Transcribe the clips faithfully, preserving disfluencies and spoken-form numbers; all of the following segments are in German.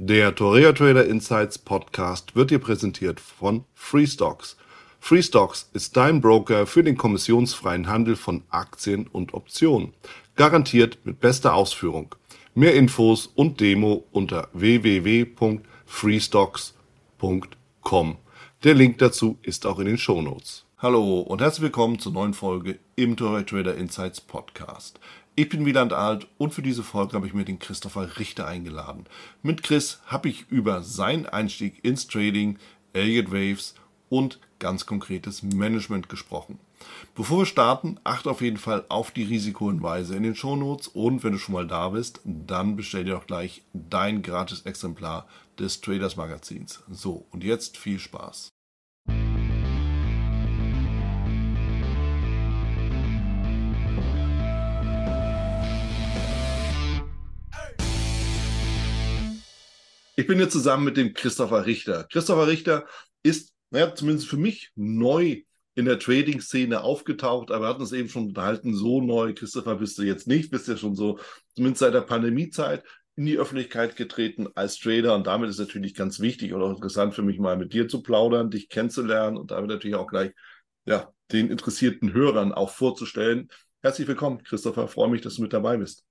Der Torreya Trader Insights Podcast wird dir präsentiert von Freestocks. Freestocks ist dein Broker für den kommissionsfreien Handel von Aktien und Optionen. Garantiert mit bester Ausführung. Mehr Infos und Demo unter w w w punkt freestocks punkt com. Der Link dazu ist auch in den Shownotes. Hallo und herzlich willkommen zur neuen Folge im Torreya Trader Insights Podcast. Ich bin Wieland Alt und für diese Folge habe ich mir den Christopher Richter eingeladen. Mit Chris habe ich über seinen Einstieg ins Trading, Elliott Waves und ganz konkretes Management gesprochen. Bevor wir starten, achte auf jeden Fall auf die Risikohinweise in den Shownotes und wenn du schon mal da bist, dann bestell dir auch gleich dein gratis Exemplar des Traders Magazins. So, und jetzt viel Spaß. Ich bin hier zusammen mit dem Christopher Richter. Christopher Richter ist, naja, zumindest für mich neu in der Trading-Szene aufgetaucht, aber wir hatten uns eben schon unterhalten, so neu, Christopher, bist du jetzt nicht, bist ja schon so, zumindest seit der Pandemiezeit, in die Öffentlichkeit getreten als Trader und damit ist natürlich ganz wichtig und auch interessant für mich mal mit dir zu plaudern, dich kennenzulernen und damit natürlich auch gleich ja, den interessierten Hörern auch vorzustellen. Herzlich willkommen, Christopher, freue mich, dass du mit dabei bist.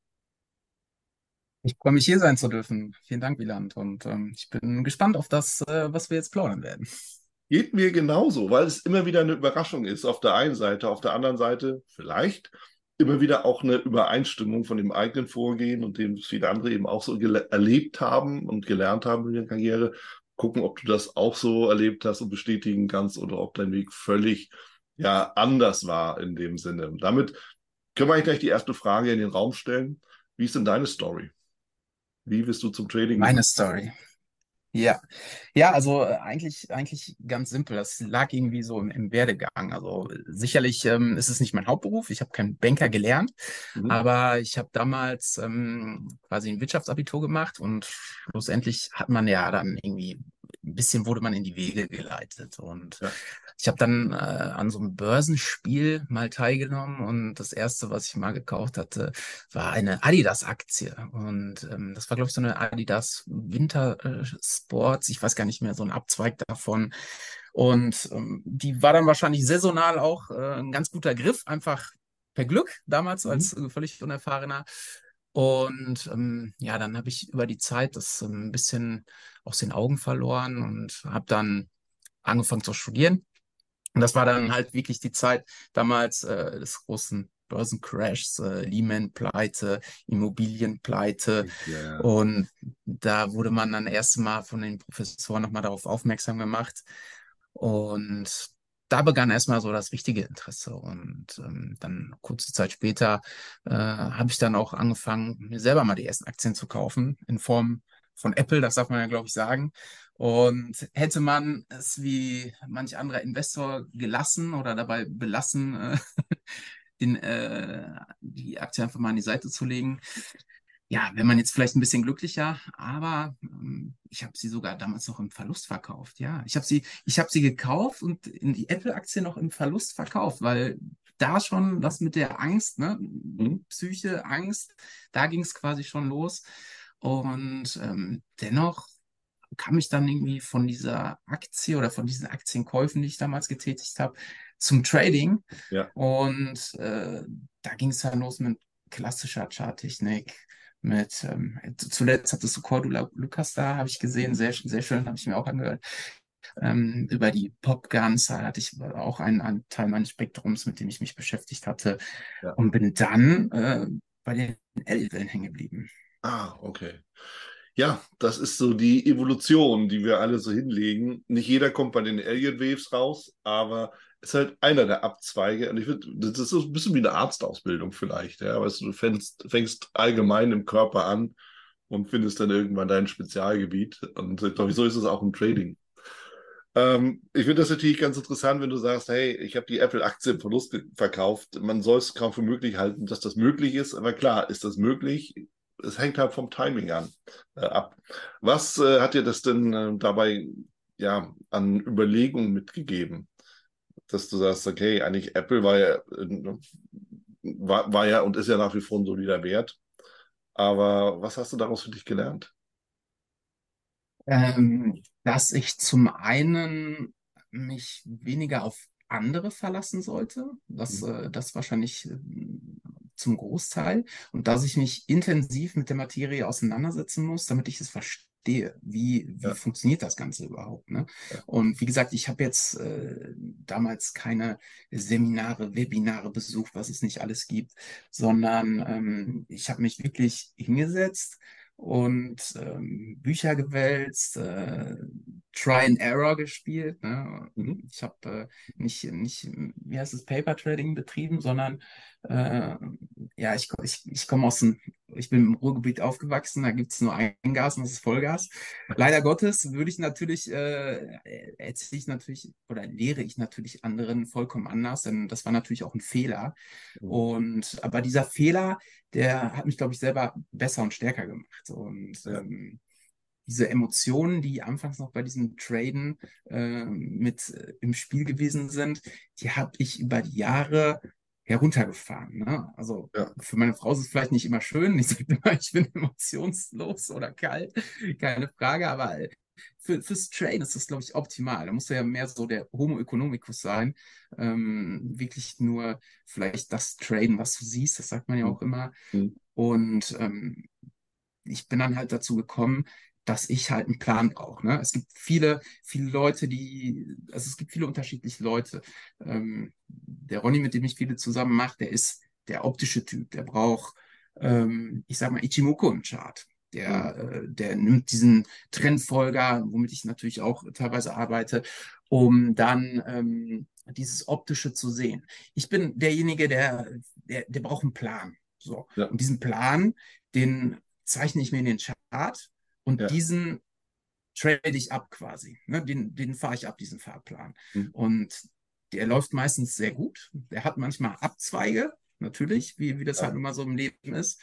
Ich freue mich, hier sein zu dürfen. Vielen Dank, Wieland. Und ähm, ich bin gespannt auf das, äh, was wir jetzt plaudern werden. Geht mir genauso, weil es immer wieder eine Überraschung ist auf der einen Seite, auf der anderen Seite vielleicht immer wieder auch eine Übereinstimmung von dem eigenen Vorgehen und dem viele andere eben auch so erlebt haben und gelernt haben in der Karriere. Gucken, ob du das auch so erlebt hast und bestätigen kannst oder ob dein Weg völlig ja anders war in dem Sinne. Damit können wir eigentlich gleich die erste Frage in den Raum stellen. Wie ist denn deine Story? Wie bist du zum Trading Meine gekommen? Story. Ja, ja, also äh, eigentlich, eigentlich ganz simpel. Das lag irgendwie so im, im Werdegang. Also äh, sicherlich ähm, ist es nicht mein Hauptberuf. Ich habe keinen Banker gelernt, Mhm. aber ich habe damals ähm, quasi ein Wirtschaftsabitur gemacht und schlussendlich hat man ja dann irgendwie ein bisschen wurde man in die Wege geleitet. Und Ja. ich habe dann äh, an so einem Börsenspiel mal teilgenommen und das erste, was ich mal gekauft hatte, war eine Adidas-Aktie. Und ähm, das war, glaube ich, so eine Adidas Winter äh, Sports, ich weiß gar nicht mehr, so ein Abzweig davon. Und ähm, die war dann wahrscheinlich saisonal auch äh, ein ganz guter Griff, einfach per Glück, damals Mhm. als äh, völlig Unerfahrener. Und ähm, ja, dann habe ich über die Zeit das ähm, ein bisschen aus den Augen verloren und habe dann angefangen zu studieren. Und das war dann halt wirklich die Zeit damals äh, des großen Börsencrashs, äh, Lehman-Pleite, Immobilienpleite. Ja, ja. Und da wurde man dann erst mal von den Professoren nochmal darauf aufmerksam gemacht. Und da begann erstmal so das richtige Interesse. Und ähm, dann kurze Zeit später äh, habe ich dann auch angefangen, mir selber mal die ersten Aktien zu kaufen, in Form von Apple, das darf man ja, glaube ich, sagen. Und hätte man es wie manch anderer Investor gelassen oder dabei belassen, äh, den, äh, die Aktie einfach mal an die Seite zu legen, ja, wäre man jetzt vielleicht ein bisschen glücklicher, aber ähm, ich habe sie sogar damals noch im Verlust verkauft. Ja, ich habe sie, ich habe sie gekauft und in die Apple-Aktie noch im Verlust verkauft, weil da schon das mit der Angst, ne, Mhm. Psyche, Angst, da ging es quasi schon los. Und ähm, dennoch kam ich dann irgendwie von dieser Aktie oder von diesen Aktienkäufen, die ich damals getätigt habe, zum Trading. Ja. Und äh, da ging es dann los mit klassischer Charttechnik. Mit, ähm, zuletzt hattest du Cordula Lucas da, habe ich gesehen, sehr, sehr schön, habe ich mir auch angehört. Ähm, über die Popguns, da hatte ich auch einen, einen Teil meines Spektrums, mit dem ich mich beschäftigt hatte. Ja. Und bin dann äh, bei den L-Wellen hängen geblieben. Ah, okay. Ja, das ist so die Evolution, die wir alle so hinlegen. Nicht jeder kommt bei den Elliott Waves raus, aber es ist halt einer der Abzweige. Und ich finde, das ist so ein bisschen wie eine Arztausbildung vielleicht. Ja, weißt du, du fängst, fängst allgemein im Körper an und findest dann irgendwann dein Spezialgebiet. Und ich glaube, so ist es auch im Trading. Ähm, ich finde das natürlich ganz interessant, wenn du sagst, hey, ich habe die Apple-Aktie im Verlust ge- verkauft. Man soll es kaum für möglich halten, dass das möglich ist. Aber klar, ist das möglich? Es hängt halt vom Timing an, äh, ab. Was äh, hat dir das denn äh, dabei ja an Überlegungen mitgegeben, dass du sagst, okay, eigentlich Apple war ja, äh, war, war ja und ist ja nach wie vor ein solider Wert. Aber was hast du daraus für dich gelernt? Ähm, dass ich zum einen mich weniger auf andere verlassen sollte, das, Mhm. äh, das wahrscheinlich äh, zum Großteil, und dass ich mich intensiv mit der Materie auseinandersetzen muss, damit ich es verstehe, wie, wie Ja, funktioniert das Ganze überhaupt, ne? ja. Und wie gesagt, ich habe jetzt äh, damals keine Seminare, Webinare besucht, was es nicht alles gibt, sondern ähm, ich habe mich wirklich hingesetzt und ähm, Bücher gewälzt, äh, Try and Error gespielt. Ne? Mhm. Ich habe äh, nicht, nicht, wie heißt es, Paper Trading betrieben, sondern äh, ja, ich, ich, ich komme aus dem, ich bin im Ruhrgebiet aufgewachsen, da gibt es nur ein Gas und das ist Vollgas. Leider Gottes würde ich natürlich, äh, erzähle ich natürlich oder lehre ich natürlich anderen vollkommen anders, denn das war natürlich auch ein Fehler. Mhm. Und aber dieser Fehler, der hat mich, glaube ich, selber besser und stärker gemacht. Und Ja. ähm, diese Emotionen, die anfangs noch bei diesem Traden äh, mit äh, im Spiel gewesen sind, die habe ich über die Jahre heruntergefahren. Ne? Also Ja. für meine Frau ist es vielleicht nicht immer schön. Ich sage immer, ich bin emotionslos oder kalt, keine Frage, aber für, fürs Traden ist das, glaube ich, optimal. Da muss ja mehr so der Homo economicus sein. Ähm, wirklich nur vielleicht das Traden, was du siehst, das sagt man ja Mhm. auch immer. Mhm. Und ähm, ich bin dann halt dazu gekommen, dass ich halt einen Plan brauche. Ne? Es gibt viele, viele Leute, die, also es gibt viele unterschiedliche Leute. Ähm, der Ronny, mit dem ich viele zusammen mache, der ist der optische Typ. Der braucht, ähm, ich sag mal, Ichimoku im Chart. Mhm. Der, äh, der nimmt diesen Trendfolger, womit ich natürlich auch teilweise arbeite, um dann ähm, dieses Optische zu sehen. Ich bin derjenige, der, der, der braucht einen Plan. So. Ja. Und diesen Plan, den zeichne ich mir in den Chart und Ja. diesen trade ich ab quasi. Ne? Den, den fahre ich ab, diesen Fahrplan. Mhm. Und der läuft meistens sehr gut. Der hat manchmal Abzweige, natürlich, wie, wie das Ja. halt immer so im Leben ist.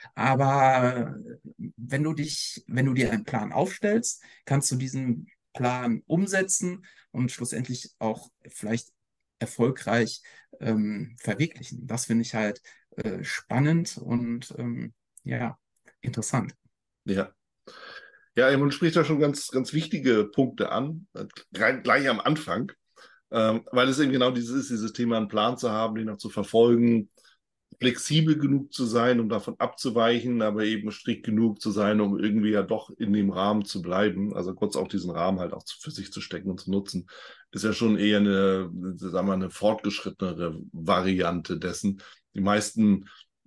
Aber wenn du dich, wenn du dir einen Plan aufstellst, kannst du diesen Plan umsetzen und schlussendlich auch vielleicht erfolgreich ähm, verwirklichen. Das finde ich halt äh, spannend und ähm, ja, interessant. Ja. Ja, man spricht da schon ganz, ganz wichtige Punkte an, äh, gleich, gleich am Anfang, ähm, weil es eben genau dieses ist, dieses Thema, einen Plan zu haben, den auch zu verfolgen, flexibel genug zu sein, um davon abzuweichen, aber eben strikt genug zu sein, um irgendwie ja doch in dem Rahmen zu bleiben. Also kurz auch diesen Rahmen halt auch zu, für sich zu stecken und zu nutzen, ist ja schon eher eine, sagen wir mal, eine fortgeschrittenere Variante dessen. Die meisten,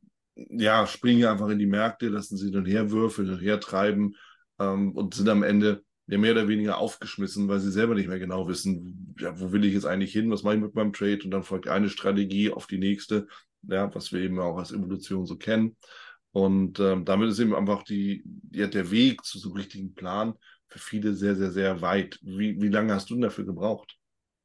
ja, springen ja einfach in die Märkte, lassen sie dann herwürfeln und hertreiben, ähm, und sind am Ende ja mehr oder weniger aufgeschmissen, weil sie selber nicht mehr genau wissen, ja, wo will ich jetzt eigentlich hin, was mache ich mit meinem Trade, und dann folgt eine Strategie auf die nächste, ja, was wir eben auch als Evolution so kennen. Und ähm, damit ist eben einfach die, ja, der Weg zu so einem richtigen Plan für viele sehr, sehr, sehr weit. Wie, wie lange hast du denn dafür gebraucht?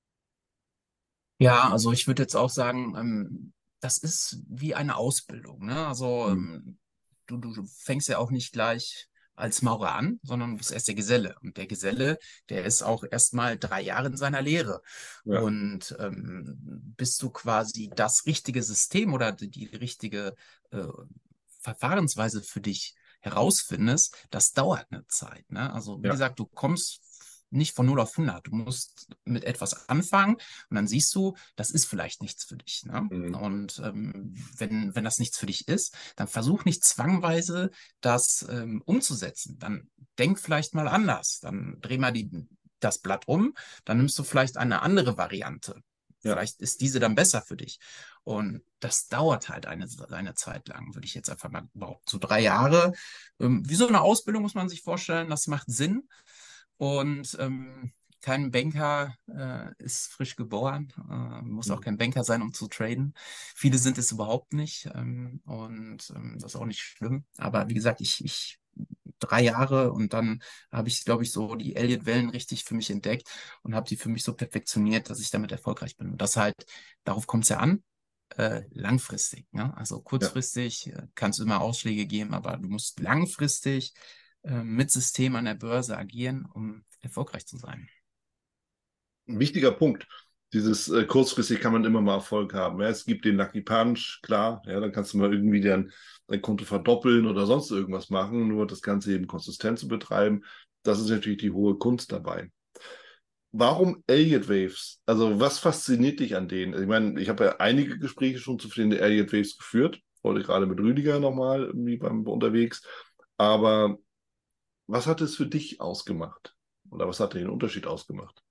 Ja, also ich würde jetzt auch sagen, ähm, das ist wie eine Ausbildung, ne? Also Hm. ähm, du, du du fängst ja auch nicht gleich als Maurer an, sondern du bist erst der Geselle. Und der Geselle, der ist auch erst mal drei Jahre in seiner Lehre. Ja, Und ähm, bis du quasi das richtige System oder die, die richtige äh, Verfahrensweise für dich herausfindest, das dauert eine Zeit, ne? Also wie ja, gesagt, du kommst nicht von null auf hundert. Du musst mit etwas anfangen und dann siehst du, das ist vielleicht nichts für dich. Ne? hm, Und ähm, wenn, wenn das nichts für dich ist, dann versuch nicht zwangweise das ähm, umzusetzen. Dann denk vielleicht mal anders. Dann dreh mal die, das Blatt um. Dann nimmst du vielleicht eine andere Variante. ja. Vielleicht ist diese dann besser für dich. Und das dauert halt eine, eine Zeit lang, würde ich jetzt einfach mal behaupten. So drei Jahre. Ähm, wie so eine Ausbildung muss man sich vorstellen. Das macht Sinn. Und ähm, kein Banker äh, ist frisch geboren, äh, muss auch Hm. kein Banker sein, um zu traden. Viele sind es überhaupt nicht ähm, und ähm, das ist auch nicht schlimm. Aber wie gesagt, ich, ich drei Jahre und dann habe ich, glaube ich, so die Elliott-Wellen richtig für mich entdeckt und habe die für mich so perfektioniert, dass ich damit erfolgreich bin. Und das halt, darauf kommt es ja an, äh, langfristig. Ne? Also Ja. kurzfristig äh, kann es immer Ausschläge geben, aber du musst langfristig äh, mit System an der Börse agieren, um erfolgreich zu sein. Ein wichtiger Punkt. Dieses äh, kurzfristig kann man immer mal Erfolg haben. Ja, es gibt den Lucky Punch, klar, ja, dann kannst du mal irgendwie dein, dein Konto verdoppeln oder sonst irgendwas machen, nur das Ganze eben konsistent zu betreiben. das ist natürlich die hohe Kunst dabei. Warum Elliott Waves? Also was fasziniert dich an denen? Ich meine, ich habe ja einige Gespräche schon zu den Elliott Waves geführt. Heute gerade mit Rüdiger nochmal irgendwie beim unterwegs. Aber was hat es für dich ausgemacht? Oder was hat den Unterschied ausgemacht?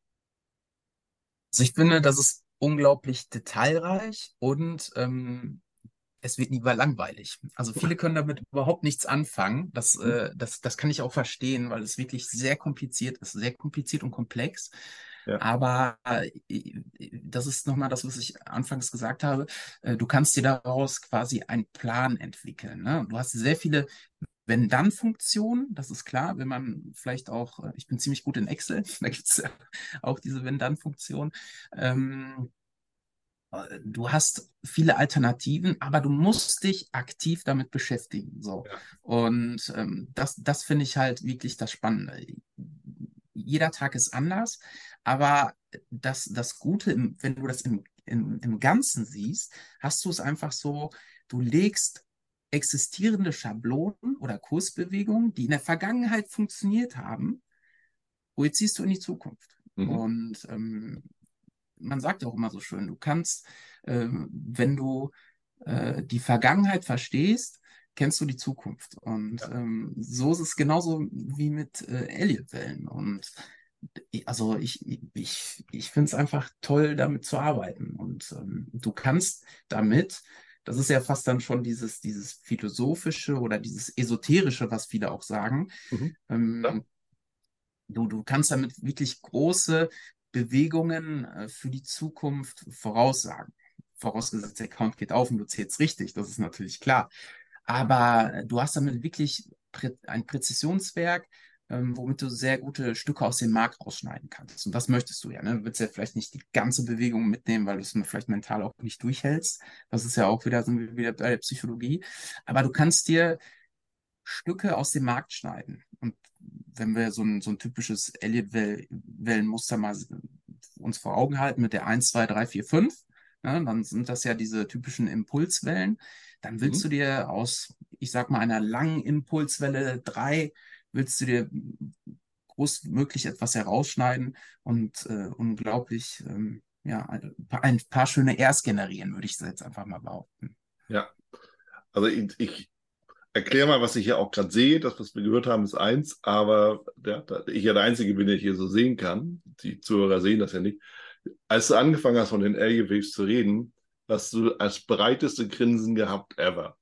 Also ich finde, das ist unglaublich detailreich und ähm, es wird nie langweilig. Also viele können damit überhaupt nichts anfangen. Das, Hm? äh, das, das kann ich auch verstehen, weil es wirklich sehr kompliziert ist, sehr kompliziert und komplex. Ja. Aber äh, das ist nochmal das, was ich anfangs gesagt habe. Äh, du kannst dir daraus quasi einen Plan entwickeln. Ne? Du hast sehr viele Wenn-Dann-Funktionen, das ist klar, wenn man vielleicht auch, äh, ich bin ziemlich gut in Excel, da gibt es ja auch diese Wenn-Dann-Funktion. Ähm, äh, Du hast viele Alternativen, aber du musst dich aktiv damit beschäftigen. So. Ja. Und ähm, das, das finde ich halt wirklich das Spannende. Jeder Tag ist anders, aber das, das Gute, im, wenn du das im, im, im Ganzen siehst, hast du es einfach so, du legst existierende Schablonen oder Kursbewegungen, die in der Vergangenheit funktioniert haben, projizierst du in die Zukunft. Mhm. Und ähm, man sagt auch immer so schön, du kannst, ähm, wenn du äh, die Vergangenheit verstehst, kennst du die Zukunft. Und Ja. ähm, so ist es genauso wie mit äh, Elliott-Wellen. Und ich- also ich, ich, ich finde es einfach toll, damit zu arbeiten. Und ähm, du kannst damit, das ist ja fast dann schon dieses, dieses philosophische oder dieses esoterische, was viele auch sagen, Mhm. Ja. ähm, Du, du kannst damit wirklich große Bewegungen äh, für die Zukunft voraussagen. Vorausgesetzt, der Count geht auf und du zählst richtig, das ist natürlich klar. Aber äh, du hast damit wirklich prä ein Präzisionswerk, ähm, womit du sehr gute Stücke aus dem Markt rausschneiden kannst. Und das möchtest du ja. Ne? Du willst ja vielleicht nicht die ganze Bewegung mitnehmen, weil du es vielleicht mental auch nicht durchhältst. Das ist ja auch wieder, sind wir wieder bei der Psychologie. Aber du kannst dir Stücke aus dem Markt schneiden. Und wenn wir so ein, so ein typisches Elliott-Wellenmuster mal uns vor Augen halten mit der eins, zwei, drei, vier, fünf, ne, dann sind das ja diese typischen Impulswellen. Dann willst Mhm. du dir aus, ich sag mal, einer langen Impulswelle drei, willst du dir großmöglich etwas herausschneiden und äh, unglaublich, ähm, ja, ein paar, ein paar schöne Rs generieren, würde ich jetzt einfach mal behaupten. Ja. Also ich, ich erkläre mal, was ich hier auch gerade sehe. Das, was wir gehört haben, ist eins, aber der, der, ich ja der Einzige bin, der hier so sehen kann. Die Zuhörer sehen das ja nicht. Als du angefangen hast, von den Airwaves zu reden, hast du das breiteste Grinsen gehabt ever.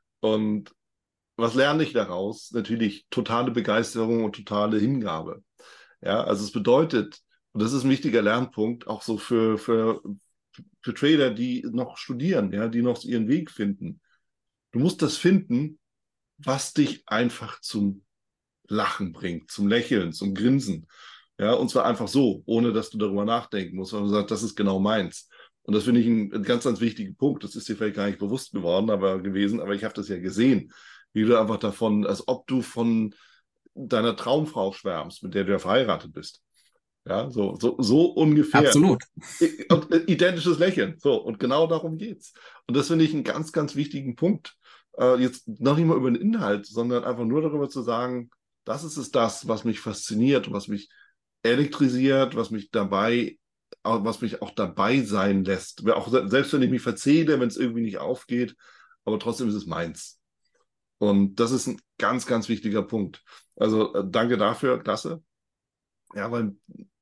Und was lerne ich daraus? Natürlich totale Begeisterung und totale Hingabe. Ja, also es bedeutet, und das ist ein wichtiger Lernpunkt, auch so für, für, für Trader, die noch studieren, ja, die noch ihren Weg finden. Du musst das finden, was dich einfach zum Lachen bringt, zum Lächeln, zum Grinsen. Ja, und zwar einfach so, ohne dass du darüber nachdenken musst, weil du sagst, das ist genau meins. Und das finde ich ein, ein ganz, ganz wichtiger Punkt. Das ist dir vielleicht gar nicht bewusst geworden, aber gewesen, aber ich habe das ja gesehen, wie du einfach davon, als ob du von deiner Traumfrau schwärmst, mit der du ja verheiratet bist. Ja, so, so, so ungefähr. Absolut. Und äh, identisches Lächeln. So, und genau darum geht's. Und das finde ich einen ganz, ganz wichtigen Punkt. Äh, jetzt noch nicht mal über den Inhalt, sondern einfach nur darüber zu sagen, das ist es das, was mich fasziniert, was mich elektrisiert, was mich dabei, was mich auch dabei sein lässt. Auch selbst wenn ich mich verzähle, wenn es irgendwie nicht aufgeht, aber trotzdem ist es meins. Und das ist ein ganz, ganz wichtiger Punkt. Also äh, danke dafür, klasse. Ja, weil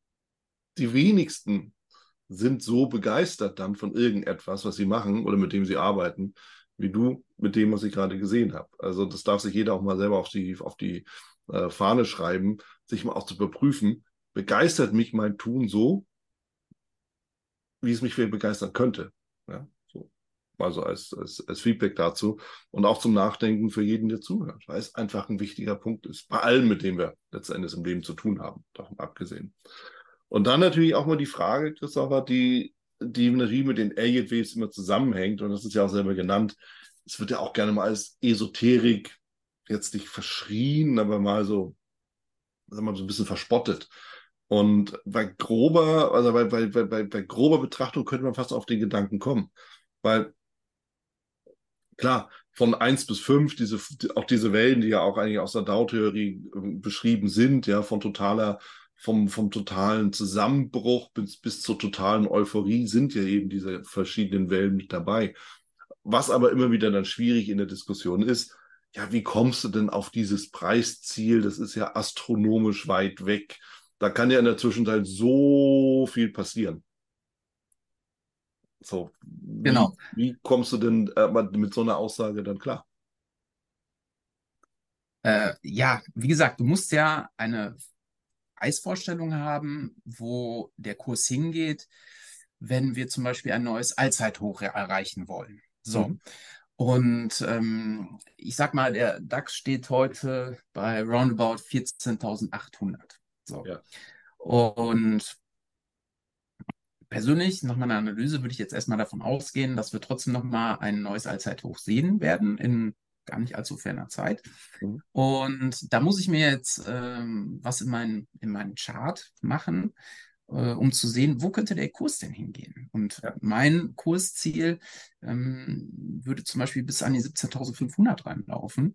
die wenigsten sind so begeistert dann von irgendetwas, was sie machen oder mit dem sie arbeiten, wie du mit dem, was ich gerade gesehen habe. Also das darf sich jeder auch mal selber auf die, auf die äh, Fahne schreiben, sich mal auch zu überprüfen, begeistert mich mein Tun so, wie es mich vielleicht begeistern könnte. Ja, so. Also als, als, als Feedback dazu und auch zum Nachdenken für jeden, der zuhört, weil es einfach ein wichtiger Punkt ist, bei allem, mit dem wir letzten Endes im Leben zu tun haben, davon abgesehen. Und dann natürlich auch mal die Frage, Christopher, die, die natürlich mit den Elliott Waves immer zusammenhängt, und das ist ja auch selber genannt, es wird ja auch gerne mal als Esoterik jetzt nicht verschrien, aber mal so, sagen wir mal, so ein bisschen verspottet. Und bei grober, also bei, bei, bei, bei grober Betrachtung könnte man fast auf den Gedanken kommen. Weil klar, von eins bis fünf, diese, auch diese Wellen, die ja auch eigentlich aus der Dow-Theorie äh, beschrieben sind, ja, von totaler, vom, vom totalen Zusammenbruch bis, bis zur totalen Euphorie sind ja eben diese verschiedenen Wellen mit dabei. Was aber immer wieder dann schwierig in der Diskussion ist, ja, wie kommst du denn auf dieses Preisziel? Das ist ja astronomisch weit weg. Da kann ja in der Zwischenzeit so viel passieren. So, wie, Genau. wie kommst du denn äh, mit so einer Aussage dann klar? Äh, ja, wie gesagt, du musst ja eine Preisvorstellung haben, wo der Kurs hingeht, wenn wir zum Beispiel ein neues Allzeithoch erreichen wollen. So. Mhm. Und ähm, ich sag mal, der DAX steht heute bei roundabout vierzehntausendachthundert. So. Ja. Und persönlich, nach meiner Analyse, würde ich jetzt erstmal davon ausgehen, dass wir trotzdem nochmal ein neues Allzeithoch sehen werden in gar nicht allzu ferner Zeit. Mhm. Und da muss ich mir jetzt ähm, was in meinen in meinen Chart machen, äh, um zu sehen, wo könnte der Kurs denn hingehen. Und Ja. mein Kursziel ähm, würde zum Beispiel bis an die siebzehntausendfünfhundert reinlaufen,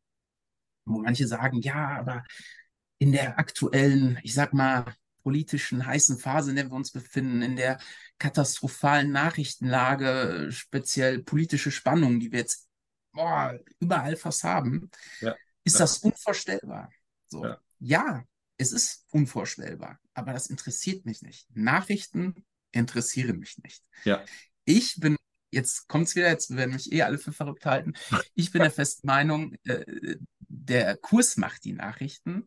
wo manche sagen, ja, aber in der aktuellen, ich sag mal, politischen heißen Phase, in der wir uns befinden, in der katastrophalen Nachrichtenlage, speziell politische Spannungen, die wir jetzt boah, überall fast haben, Ja. ist Ja. das unvorstellbar. So, Ja. ja, es ist unvorstellbar, aber das interessiert mich nicht. Nachrichten interessieren mich nicht. Ja. Ich bin, jetzt kommt es wieder, jetzt werden mich eh alle für verrückt halten. Ich bin der festen Meinung, äh, der Kurs macht die Nachrichten,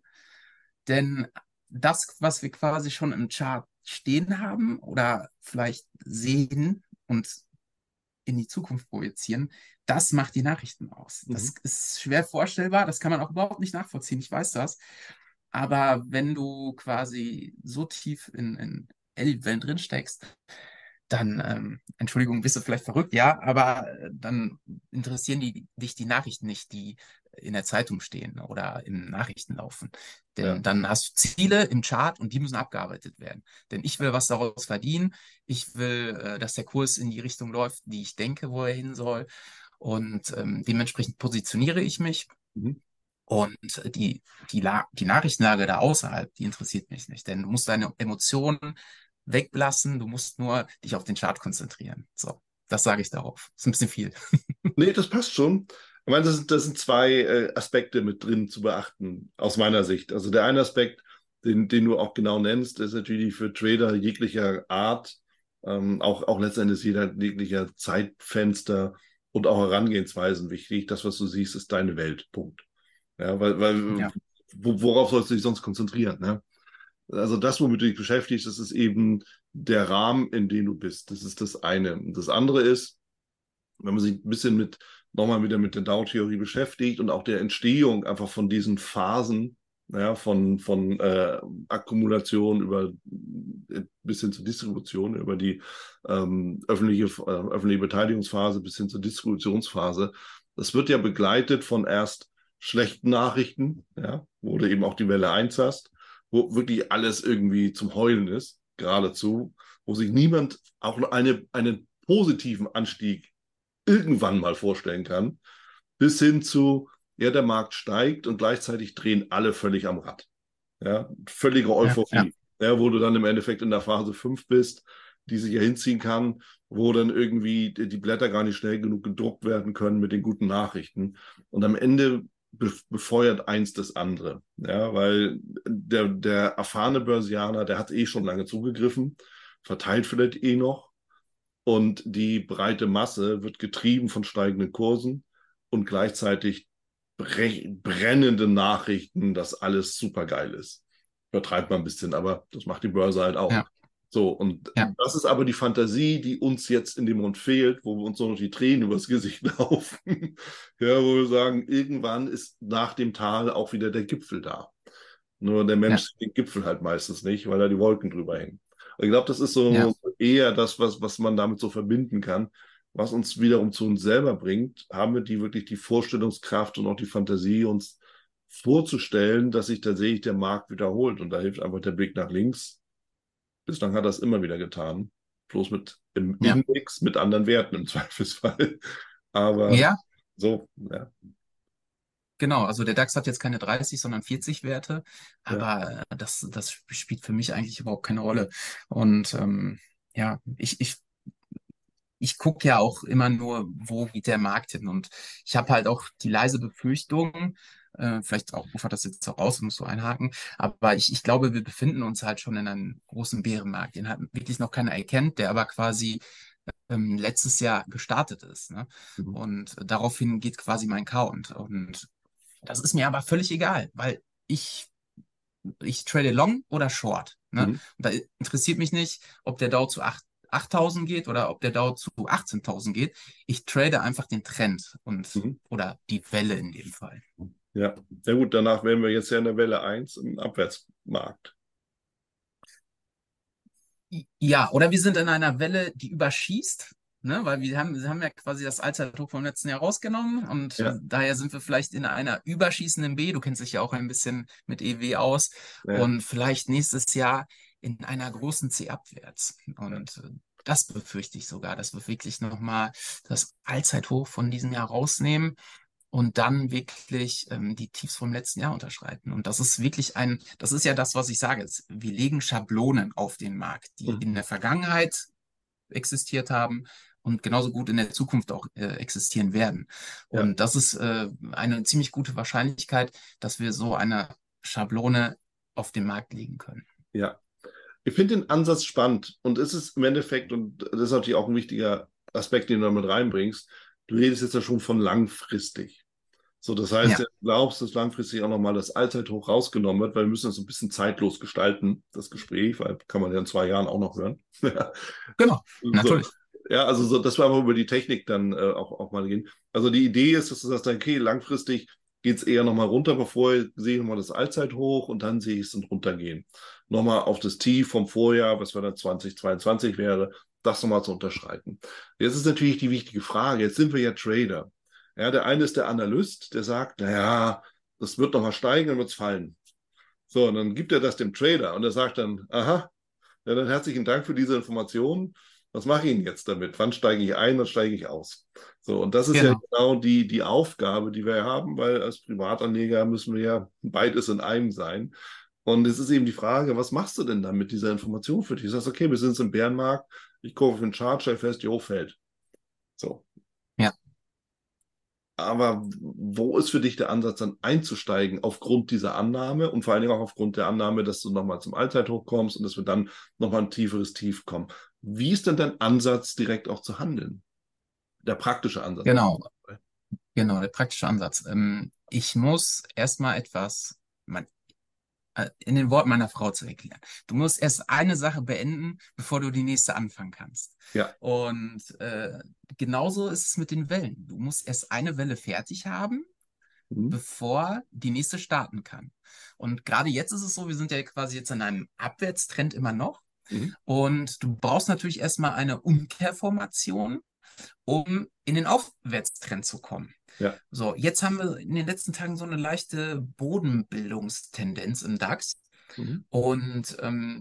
denn das, was wir quasi schon im Chart stehen haben oder vielleicht sehen und in die Zukunft projizieren, das macht die Nachrichten aus. Das Mhm. ist schwer vorstellbar, das kann man auch überhaupt nicht nachvollziehen, ich weiß das. Aber wenn du quasi so tief in, in Ellipwellen drin steckst, dann, ähm, Entschuldigung, bist du vielleicht verrückt, ja, aber äh, dann interessieren die, dich die Nachrichten nicht, die in der Zeitung stehen oder im Nachrichten laufen. Ja. Denn dann hast du Ziele im Chart und die müssen abgearbeitet werden. Denn ich will was daraus verdienen. Ich will, äh, dass der Kurs in die Richtung läuft, die ich denke, wo er hin soll. Und ähm, dementsprechend positioniere ich mich. Mhm. Und die, die, La die Nachrichtenlage da außerhalb, die interessiert mich nicht. Denn du musst deine Emotionen weglassen, du musst nur dich auf den Chart konzentrieren. So, das sage ich darauf. Ist ein bisschen viel. Nee, das passt schon. Ich meine, das sind, das sind zwei äh, Aspekte mit drin zu beachten, aus meiner Sicht. Also der eine Aspekt, den, den du auch genau nennst, ist natürlich für Trader jeglicher Art, ähm, auch, auch letztendlich jeder, jeglicher Zeitfenster und auch Herangehensweisen wichtig. Das, was du siehst, ist deine Welt. Punkt. Ja, weil, weil Ja, wo, worauf sollst du dich sonst konzentrieren? Ne? Also das, womit du dich beschäftigst, das ist eben der Rahmen, in dem du bist. Das ist das eine. Und das andere ist, wenn man sich ein bisschen mit, nochmal wieder mit der Dow-Theorie beschäftigt und auch der Entstehung einfach von diesen Phasen, ja, von, von äh, Akkumulation über äh, bis hin zur Distribution, über die ähm, öffentliche, äh, öffentliche Beteiligungsphase bis hin zur Distributionsphase. Das wird ja begleitet von erst schlechten Nachrichten, ja, wo du eben auch die Welle eins hast, wo wirklich alles irgendwie zum Heulen ist, geradezu, wo sich niemand auch eine, einen positiven Anstieg irgendwann mal vorstellen kann, bis hin zu, ja, der Markt steigt und gleichzeitig drehen alle völlig am Rad. Ja, völlige ja, ja, Euphorie, ja, wo du dann im Endeffekt in der Phase fünf bist, die sich ja hinziehen kann, wo dann irgendwie die Blätter gar nicht schnell genug gedruckt werden können mit den guten Nachrichten. Und am Ende befeuert eins das andere. Ja, weil der, der erfahrene Börsianer, der hat eh schon lange zugegriffen, verteilt vielleicht eh noch. Und die breite Masse wird getrieben von steigenden Kursen und gleichzeitig brennende Nachrichten, dass alles super geil ist. Übertreibt man ein bisschen, aber das macht die Börse halt auch. ja, So, und ja, das ist aber die Fantasie, die uns jetzt in dem Moment fehlt, wo wir uns noch die Tränen übers Gesicht laufen. Ja, wo wir sagen, irgendwann ist nach dem Tal auch wieder der Gipfel da. Nur der Mensch ja, sieht den Gipfel halt meistens nicht, weil da die Wolken drüber hängen. Und ich glaube, das ist ja, so eher das, was, was man damit so verbinden kann. Was uns wiederum zu uns selber bringt, haben wir die wirklich die Vorstellungskraft und auch die Fantasie, uns vorzustellen, dass sich tatsächlich der Markt wiederholt. Und da hilft einfach der Blick nach links. Bislang hat er es immer wieder getan. Bloß mit im ja, Index mit anderen Werten im Zweifelsfall. Aber ja. So, ja, Genau, also der DAX hat jetzt keine dreißig, sondern vierzig Werte, ja. aber äh, das, das spielt für mich eigentlich überhaupt keine Rolle. Und ähm, ja, ich, ich ich gucke ja auch immer nur, wo geht der Markt hin. Und ich habe halt auch die leise Befürchtung, äh, vielleicht auch ufert das jetzt auch raus, muss so einhaken, aber ich, ich glaube, wir befinden uns halt schon in einem großen Bärenmarkt, den hat wirklich noch keiner erkennt, der aber quasi ähm, letztes Jahr gestartet ist. Ne? Mhm. Und daraufhin geht quasi mein Count. Und das ist mir aber völlig egal, weil ich ich trade long oder short. Ne? Mhm. Und da interessiert mich nicht, ob der Dow zu acht achttausend geht oder ob der Dow zu achtzehntausend geht. Ich trade einfach den Trend und Mhm. oder die Welle in dem Fall. Ja, ja gut, danach wären wir jetzt ja in der Welle eins im Abwärtsmarkt. Ja, oder wir sind in einer Welle, die überschießt, ne? Weil wir haben, wir haben ja quasi das Allzeithoch vom letzten Jahr rausgenommen und Ja, daher sind wir vielleicht in einer überschießenden B. Du kennst dich ja auch ein bisschen mit E W aus ja, und vielleicht nächstes Jahr in einer großen C abwärts. ja, Und äh, das befürchte ich sogar, dass wir wirklich nochmal das Allzeithoch von diesem Jahr rausnehmen und dann wirklich ähm, die Tiefs vom letzten Jahr unterschreiten. Und das ist wirklich ein, das ist ja das, was ich sage. Es- Wir legen Schablonen auf den Markt, die mhm. in der Vergangenheit existiert haben und genauso gut in der Zukunft auch äh, existieren werden. Ja, Und das ist äh, eine ziemlich gute Wahrscheinlichkeit, dass wir so eine Schablone auf den Markt legen können. ja. Ich finde den Ansatz spannend und es ist im Endeffekt, und das ist natürlich auch ein wichtiger Aspekt, den du damit reinbringst, du redest jetzt ja schon von langfristig. So, das heißt, Ja, du glaubst, dass langfristig auch nochmal das Allzeithoch rausgenommen wird, weil wir müssen das so ein bisschen zeitlos gestalten, das Gespräch, weil kann man ja in zwei Jahren auch noch hören. genau, So. natürlich. Ja, also so, dass wir einfach über die Technik dann äh, auch, auch mal gehen. Also die Idee ist, dass du sagst, okay, langfristig geht es eher nochmal runter, bevor ich sehe nochmal das Allzeithoch und dann sehe ich es dann runtergehen. Nochmal auf das Tief vom Vorjahr, was wir dann zwanzig zweiundzwanzig wäre, das nochmal zu unterschreiten. Jetzt ist natürlich die wichtige Frage, jetzt sind wir ja Trader. Ja, der eine ist der Analyst, der sagt, naja, das wird nochmal steigen, dann wird es fallen. So, und dann gibt er das dem Trader und er sagt dann, aha, ja, dann herzlichen Dank für diese Information. Was mache ich denn jetzt damit? Wann steige ich ein, wann steige ich aus? So, und das ist ja Genau, genau die, die Aufgabe, die wir haben, weil als Privatanleger müssen wir ja beides in einem sein. Und es ist eben die Frage, was machst du denn dann mit dieser Information für dich? Du sagst, okay, wir sind jetzt im Bärenmarkt, ich kaufe einen Chart, stelle fest, jo, fällt. So. ja. Aber wo ist für dich der Ansatz, dann einzusteigen aufgrund dieser Annahme und vor allen Dingen auch aufgrund der Annahme, dass du nochmal zum Allzeithoch kommst und dass wir dann nochmal ein tieferes Tief kommen? Wie ist denn dein Ansatz, direkt auch zu handeln? Der praktische Ansatz auf Genau, jeden Fall. genau, der praktische Ansatz. Ähm, ich muss erstmal etwas, man, äh, in den Worten meiner Frau zu erklären. Du musst erst eine Sache beenden, bevor du die nächste anfangen kannst. Ja. Und äh, genauso ist es mit den Wellen. Du musst erst eine Welle fertig haben, Mhm. bevor die nächste starten kann. Und gerade jetzt ist es so, wir sind ja quasi jetzt in einem Abwärtstrend immer noch. Mhm. Und du brauchst natürlich erstmal eine Umkehrformation, um in den Aufwärtstrend zu kommen. Ja. So, jetzt haben wir in den letzten Tagen so eine leichte Bodenbildungstendenz im DAX. Mhm. Und ähm,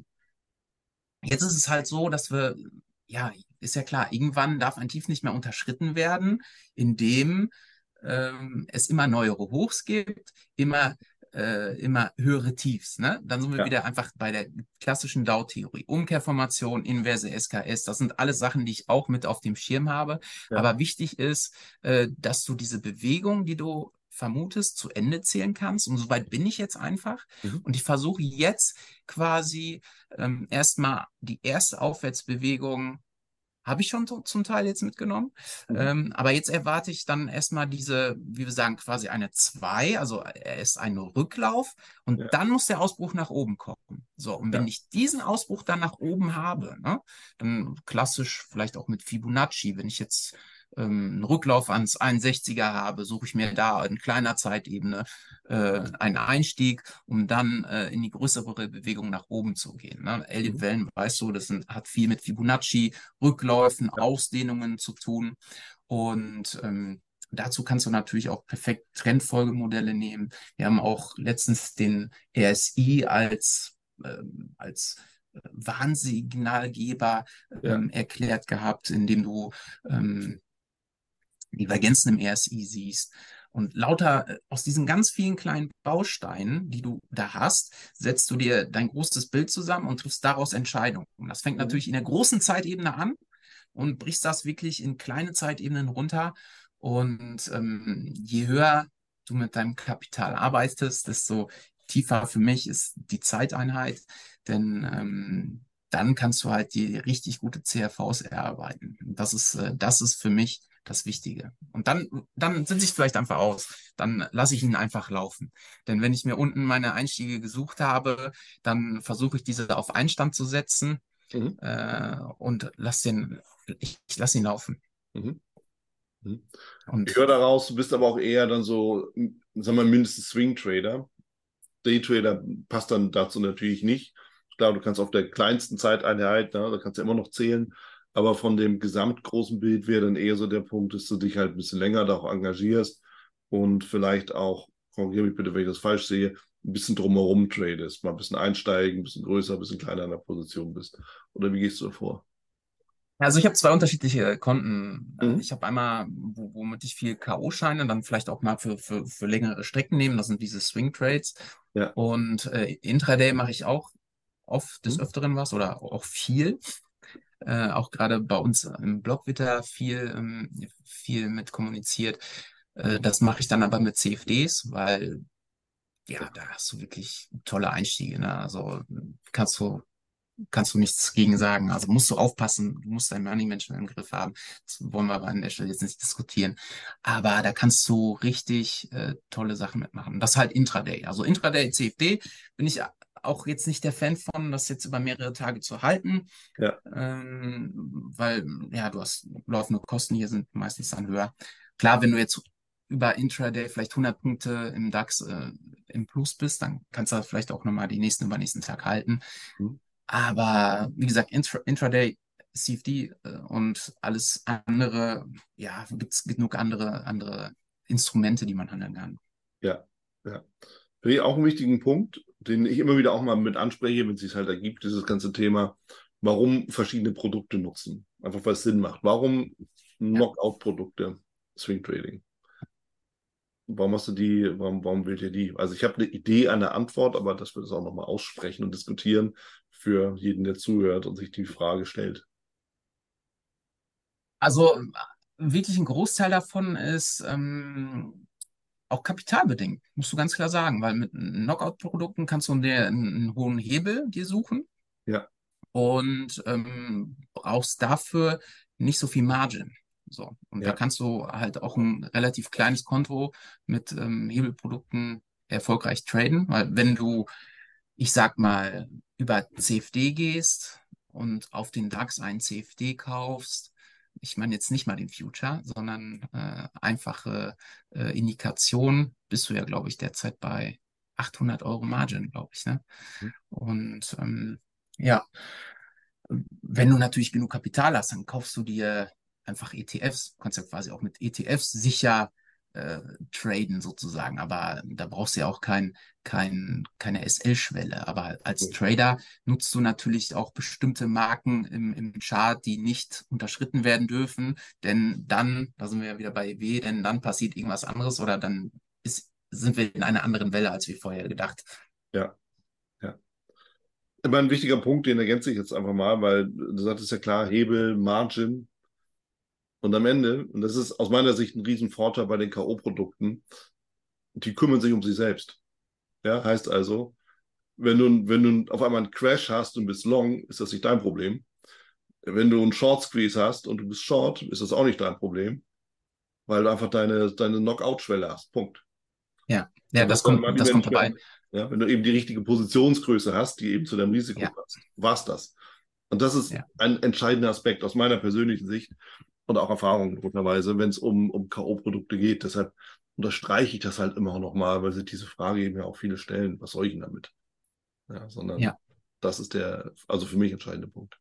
jetzt ist es halt so, dass wir, ja, ist ja klar, irgendwann darf ein Tief nicht mehr unterschritten werden, indem ähm, es immer neuere Hochs gibt, immer, äh, immer höhere Tiefs. Ne? Dann sind wir Ja. wieder einfach bei der klassischen Dow-Theorie. Umkehrformation, inverse S K S, das sind alles Sachen, die ich auch mit auf dem Schirm habe. Ja. Aber wichtig ist, äh, dass du diese Bewegung, die du vermutest, zu Ende zählen kannst. Und soweit bin ich jetzt einfach. Mhm. Und ich versuche jetzt quasi ähm, erstmal die erste Aufwärtsbewegung habe ich schon zum Teil jetzt mitgenommen. Mhm. Ähm, aber jetzt erwarte ich dann erstmal diese, wie wir sagen, quasi eine zwei, also er ist ein Rücklauf und Ja. dann muss der Ausbruch nach oben kommen. So, und wenn Ja. ich diesen Ausbruch dann nach oben habe, ne, dann klassisch vielleicht auch mit Fibonacci, wenn ich jetzt ähm, einen Rücklauf ans einundsechziger habe, suche ich mir da in kleiner Zeitebene äh, einen Einstieg, um dann äh, in die größere Bewegung nach oben zu gehen. Ne? Mhm. Elliott-Wellen, weißt du, das sind, hat viel mit Fibonacci, Rückläufen, Ja. Ausdehnungen zu tun. Und ähm, dazu kannst du natürlich auch perfekt Trendfolgemodelle nehmen. Wir haben auch letztens den R S I als, ähm, als äh, Warnsignalgeber Ja. ähm, erklärt gehabt, indem du ähm, Divergenzen im R S I siehst. Und lauter äh, aus diesen ganz vielen kleinen Bausteinen, die du da hast, setzt du dir dein großes Bild zusammen und triffst daraus Entscheidungen. Und das fängt Mhm. natürlich in der großen Zeitebene an und brichst das wirklich in kleine Zeitebenen runter. Und ähm, je höher du mit deinem Kapital arbeitest, desto tiefer für mich ist die Zeiteinheit, denn ähm, dann kannst du halt die richtig gute C R Vs erarbeiten. Das ist, äh, das ist für mich das Wichtige. Und dann, dann sitze ich vielleicht einfach aus. Dann lasse ich ihn einfach laufen. Denn wenn ich mir unten meine Einstiege gesucht habe, dann versuche ich diese auf Einstand zu setzen Mhm. äh, und lass den, ich, ich lasse ihn laufen. Mhm. Mhm. Ich Und höre daraus, du bist aber auch eher dann so, m, sagen wir mindestens Swing Trader. Daytrader passt dann dazu natürlich nicht. Klar, du kannst auf der kleinsten Zeiteinheit, ne, da kannst du immer noch zählen, aber von dem gesamtgroßen Bild wäre dann eher so der Punkt, dass du dich halt ein bisschen länger da auch engagierst und vielleicht auch, korrigiere mich bitte, wenn ich das falsch sehe, ein bisschen drumherum tradest, mal ein bisschen einsteigen, ein bisschen größer, ein bisschen kleiner in der Position bist. Oder wie gehst du davor? also ich habe zwei unterschiedliche Konten. Äh, Mhm. Ich habe einmal, wo, womit ich viel K O-Scheine dann vielleicht auch mal für, für, für längere Strecken nehme. Das sind diese Swing Trades. Ja. Und äh, Intraday mache ich auch oft des Mhm. Öfteren was oder auch viel. Äh, auch gerade bei uns im Blog wird da viel, ähm, viel mit kommuniziert. Äh, das mache ich dann aber mit C F Ds, weil ja, da hast du wirklich tolle Einstiege. Ne? Also kannst du kannst du nichts gegen sagen. Also musst du aufpassen, du musst dein Money Management im Griff haben. Das wollen wir aber an der Stelle jetzt nicht diskutieren. Aber da kannst du richtig äh, tolle Sachen mitmachen. Das halt Intraday. Also Intraday C F D bin ich auch jetzt nicht der Fan von, das jetzt über mehrere Tage zu halten, Ja. ähm, weil ja, du hast laufende Kosten hier sind meistens dann höher. Klar, wenn du jetzt über Intraday vielleicht hundert Punkte im DAX äh, im Plus bist, dann kannst du das vielleicht auch nochmal die nächsten übernächsten Tag halten. Mhm. Aber wie gesagt, Intra Intraday, C F D äh, und alles andere, ja, gibt es genug andere, andere Instrumente, die man handeln kann. Ja. Ja. Finde ich auch einen wichtigen Punkt, den ich immer wieder auch mal mit anspreche, wenn es sich halt ergibt, dieses ganze Thema, warum verschiedene Produkte nutzen. Einfach weil es Sinn macht. Warum Ja. Knockout-Produkte, Swing Trading? Warum hast du die, warum, warum wählt ihr die? Also ich habe eine Idee, eine Antwort, aber dass wir das auch nochmal aussprechen und diskutieren für jeden, der zuhört und sich die Frage stellt. Also wirklich ein Großteil davon ist ähm, auch kapitalbedingt, musst du ganz klar sagen, weil mit Knockout-Produkten kannst du dir einen, einen hohen Hebel dir suchen Ja, und ähm, brauchst dafür nicht so viel Margin. So. Und da ja, kannst du halt auch ein relativ kleines Konto mit ähm, Hebelprodukten erfolgreich traden, weil wenn du, ich sag mal, über C F D gehst und auf den DAX einen C F D kaufst, ich meine jetzt nicht mal den Future, sondern äh, einfache äh, Indikation, bist du ja, glaube ich, derzeit bei achthundert Euro Margin, glaube ich, ne? Und ähm, ja, wenn du natürlich genug Kapital hast, dann kaufst du dir einfach E T Fs. Du kannst ja quasi auch mit E T Fs sicher äh, traden sozusagen. Aber da brauchst du ja auch kein, kein, keine S L-Schwelle. Aber als Trader nutzt du natürlich auch bestimmte Marken im, im Chart, die nicht unterschritten werden dürfen. Denn dann, da sind wir ja wieder bei E W, denn dann passiert irgendwas anderes oder dann ist, sind wir in einer anderen Welle, als wir vorher gedacht. ja, ja. Immer ein wichtiger Punkt, den ergänze ich jetzt einfach mal, weil du sagtest ja klar, Hebel, Margin und am Ende, und das ist aus meiner Sicht ein Riesenvorteil bei den K O-Produkten, die kümmern sich um sich selbst. Ja, heißt also, wenn du, wenn du auf einmal einen Crash hast und bist long, ist das nicht dein Problem. Wenn du einen Short Squeeze hast und du bist short, ist das auch nicht dein Problem, weil du einfach deine, deine Knockout-Schwelle hast. Punkt. Ja, ja, Und das das ist dann kommt, Money das kommt dabei. Management. Ja, wenn du eben die richtige Positionsgröße hast, die eben zu deinem Risiko Ja, passt, war's das. Und das ist ja. ein entscheidender Aspekt aus meiner persönlichen Sicht und auch Erfahrung grunderweise, wenn es um, um K O-Produkte geht. Deshalb unterstreiche ich das halt immer noch mal, weil sich diese Frage eben ja auch viele stellen, was soll ich denn damit? Ja, sondern Ja. das ist der, also für mich entscheidende Punkt.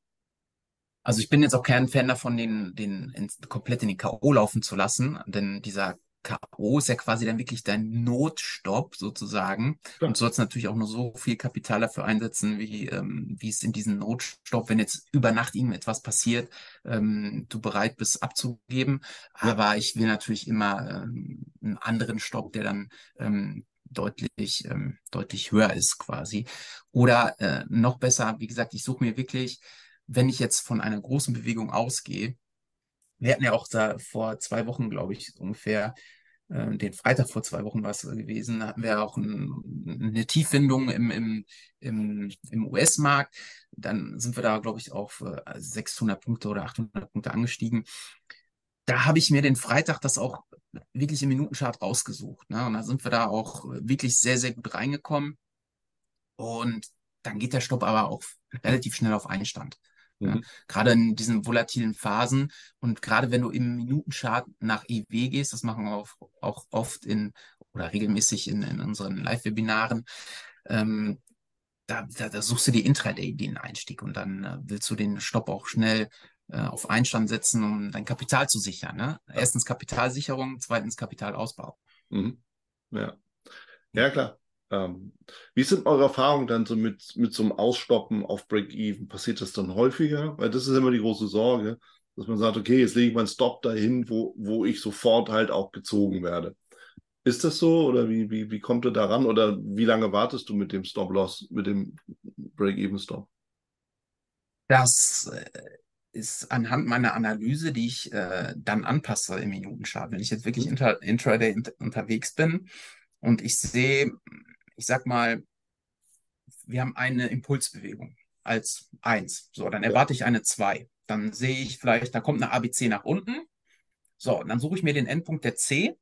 Also ich bin jetzt auch kein Fan davon, den, den ins, komplett in den K O laufen zu lassen, denn dieser K O ist ja quasi dann wirklich dein Notstopp sozusagen. Und Klar. du sollst natürlich auch nur so viel Kapital dafür einsetzen, wie, ähm, wie es in diesem Notstopp, wenn jetzt über Nacht irgendetwas passiert, ähm, du bereit bist abzugeben. Ja. Aber ich will natürlich immer ähm, einen anderen Stopp, der dann ähm, deutlich, ähm, deutlich höher ist quasi. Oder äh, noch besser, wie gesagt, ich suche mir wirklich, wenn ich jetzt von einer großen Bewegung ausgehe, wir hatten ja auch da vor zwei Wochen, glaube ich, ungefähr, äh, den Freitag vor zwei Wochen war es gewesen, da hatten wir auch ein, eine Tiefwindung im, im, im, im U S-Markt. Dann sind wir da, glaube ich, auf äh, sechshundert Punkte oder achthundert Punkte angestiegen. Da habe ich mir den Freitag das auch wirklich im Minutenchart rausgesucht. Ne? Und da sind wir da auch wirklich sehr, sehr gut reingekommen. Und dann geht der Stopp aber auch relativ schnell auf Einstand. Ja, Mhm. gerade in diesen volatilen Phasen und gerade wenn du im Minutenchart nach E W gehst, das machen wir auch, auch oft in oder regelmäßig in, in unseren Live-Webinaren, ähm, da, da, da suchst du die Intraday, den Einstieg und dann äh, willst du den Stopp auch schnell äh, auf Einstand setzen, um dein Kapital zu sichern. Ne? Ja. Erstens Kapitalsicherung, zweitens Kapitalausbau. Mhm. Ja. Ja, klar. Ähm, wie sind eure Erfahrungen dann so mit, mit so einem Ausstoppen auf Break-Even? Passiert das dann häufiger? Weil das ist immer die große Sorge, dass man sagt, okay, jetzt lege ich meinen Stop dahin, wo, wo ich sofort halt auch gezogen werde. Ist das so oder wie, wie, wie kommt ihr daran oder wie lange wartest du mit dem Stop-Loss, mit dem Break-Even-Stop? Das äh, ist anhand meiner Analyse, die ich äh, dann anpasse im Minutenchart. Wenn ich jetzt wirklich Mhm. inter intraday int unterwegs bin und ich sehe, ich sag mal, wir haben eine Impulsbewegung als eins. So, dann Ja. erwarte ich eine zwei. Dann sehe ich vielleicht, da kommt eine A B C nach unten. So, und dann suche ich mir den Endpunkt der C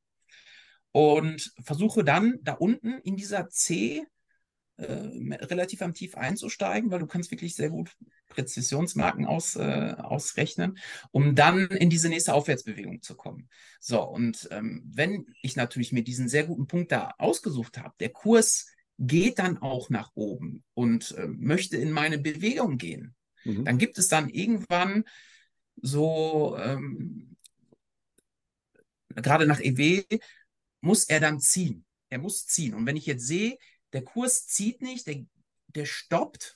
und versuche dann da unten in dieser C äh, relativ am Tief einzusteigen, weil du kannst wirklich sehr gut Präzisionsmarken aus, äh, ausrechnen, um dann in diese nächste Aufwärtsbewegung zu kommen. So, und ähm, wenn ich natürlich mir diesen sehr guten Punkt da ausgesucht habe, der Kurs geht dann auch nach oben und äh, möchte in meine Bewegung gehen, Mhm. dann gibt es dann irgendwann so, ähm, gerade nach E W, muss er dann ziehen. Er muss ziehen. Und wenn ich jetzt sehe, der Kurs zieht nicht, der, der stoppt,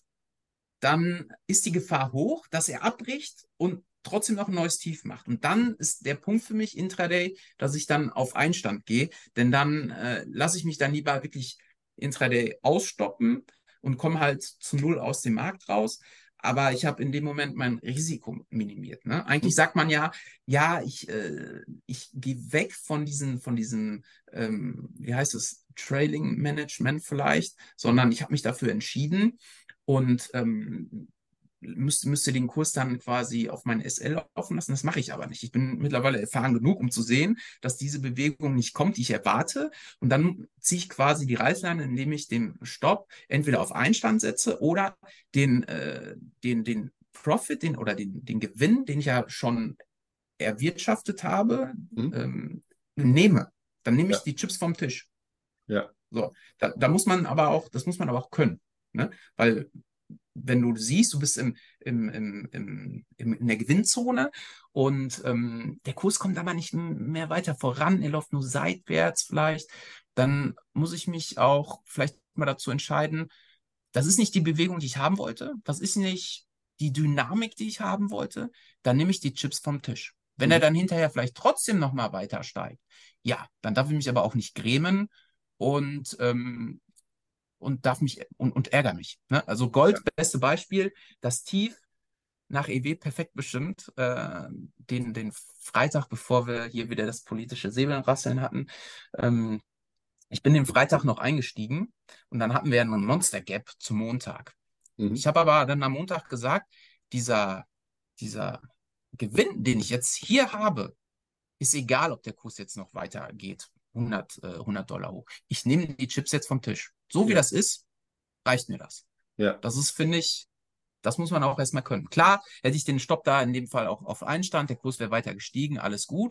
dann ist die Gefahr hoch, dass er abbricht und trotzdem noch ein neues Tief macht. Und dann ist der Punkt für mich Intraday, dass ich dann auf Einstand gehe, denn dann äh, lasse ich mich dann lieber wirklich Intraday ausstoppen und komme halt zu Null aus dem Markt raus. Aber ich habe in dem Moment mein Risiko minimiert. Ne? Eigentlich Mhm. sagt man ja, ja, ich, äh, ich gehe weg von diesen, von diesen, ähm, wie heißt es, Trailing Management vielleicht, sondern ich habe mich dafür entschieden, und ähm, müsste, müsste den Kurs dann quasi auf mein S L laufen lassen. Das mache ich aber nicht. Ich bin mittlerweile erfahren genug, um zu sehen, dass diese Bewegung nicht kommt, die ich erwarte. Und dann ziehe ich quasi die Reißleine, indem ich den Stopp entweder auf Einstand setze oder den, äh, den, den Profit, den oder den, den Gewinn, den ich ja schon erwirtschaftet habe, Mhm. ähm, nehme. Dann nehme ich Ja. die Chips vom Tisch. Ja. So, da, da muss man aber auch, das muss man aber auch können. Ne? Weil wenn du siehst, du bist im, im, im, im, im, in der Gewinnzone und ähm, der Kurs kommt aber nicht mehr weiter voran, er läuft nur seitwärts vielleicht, dann muss ich mich auch vielleicht mal dazu entscheiden, das ist nicht die Bewegung, die ich haben wollte, das ist nicht die Dynamik, die ich haben wollte, dann nehme ich die Chips vom Tisch. Wenn er Mhm. dann hinterher vielleicht trotzdem nochmal weiter steigt, ja, dann darf ich mich aber auch nicht grämen und ähm, und darf mich und, und ärgere mich. Ne? Also Ja. Gold, beste Beispiel, das Tief nach E W perfekt bestimmt. Äh, den, den Freitag, bevor wir hier wieder das politische Säbelrasseln hatten. Ähm, ich bin den Freitag noch eingestiegen und dann hatten wir einen Monster Gap zum Montag. Mhm. Ich habe aber dann am Montag gesagt, dieser, dieser Gewinn, den ich jetzt hier habe, ist egal, ob der Kurs jetzt noch weiter geht. hundert, äh, hundert Dollar hoch. Ich nehme die Chips jetzt vom Tisch. So wie Ja. das ist, reicht mir das. Ja. Das ist, finde ich, das muss man auch erstmal können. Klar, hätte ich den Stopp da in dem Fall auch auf Einstand, der Kurs wäre weiter gestiegen, alles gut.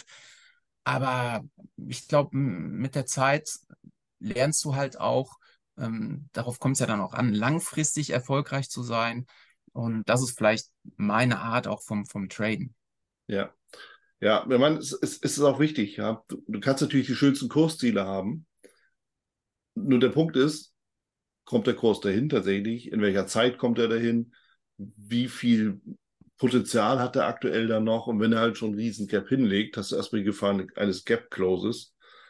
Aber ich glaube, mit der Zeit lernst du halt auch, ähm, darauf kommt es ja dann auch an, langfristig erfolgreich zu sein. Und das ist vielleicht meine Art auch vom, vom Traden. Ja. Ja, ich meine, es, es, es ist auch wichtig, ja. Du, du kannst natürlich die schönsten Kursziele haben. Nur der Punkt ist, kommt der Kurs dahin tatsächlich? In welcher Zeit kommt er dahin? Wie viel Potenzial hat er aktuell da noch? Und wenn er halt schon einen riesen Gap hinlegt, hast du erstmal die Gefahr eines Gap Closes.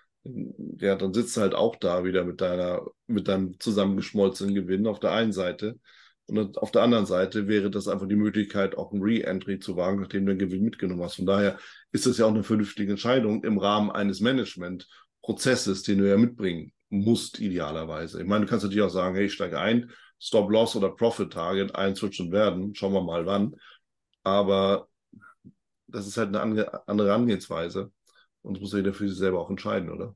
Ja, dann sitzt du halt auch da wieder mit deiner, mit deinem zusammengeschmolzenen Gewinn auf der einen Seite. Und auf der anderen Seite wäre das einfach die Möglichkeit, auch ein Re-Entry zu wagen, nachdem du den Gewinn mitgenommen hast. Von daher ist das ja auch eine vernünftige Entscheidung im Rahmen eines Management-Prozesses, den du ja mitbringen musst, idealerweise. Ich meine, du kannst natürlich auch sagen, hey, ich steige ein, Stop-Loss oder Profit-Target, eins wird schon werden, schauen wir mal wann. Aber das ist halt eine andere Herangehensweise. Und das muss jeder für sich selber auch entscheiden, oder?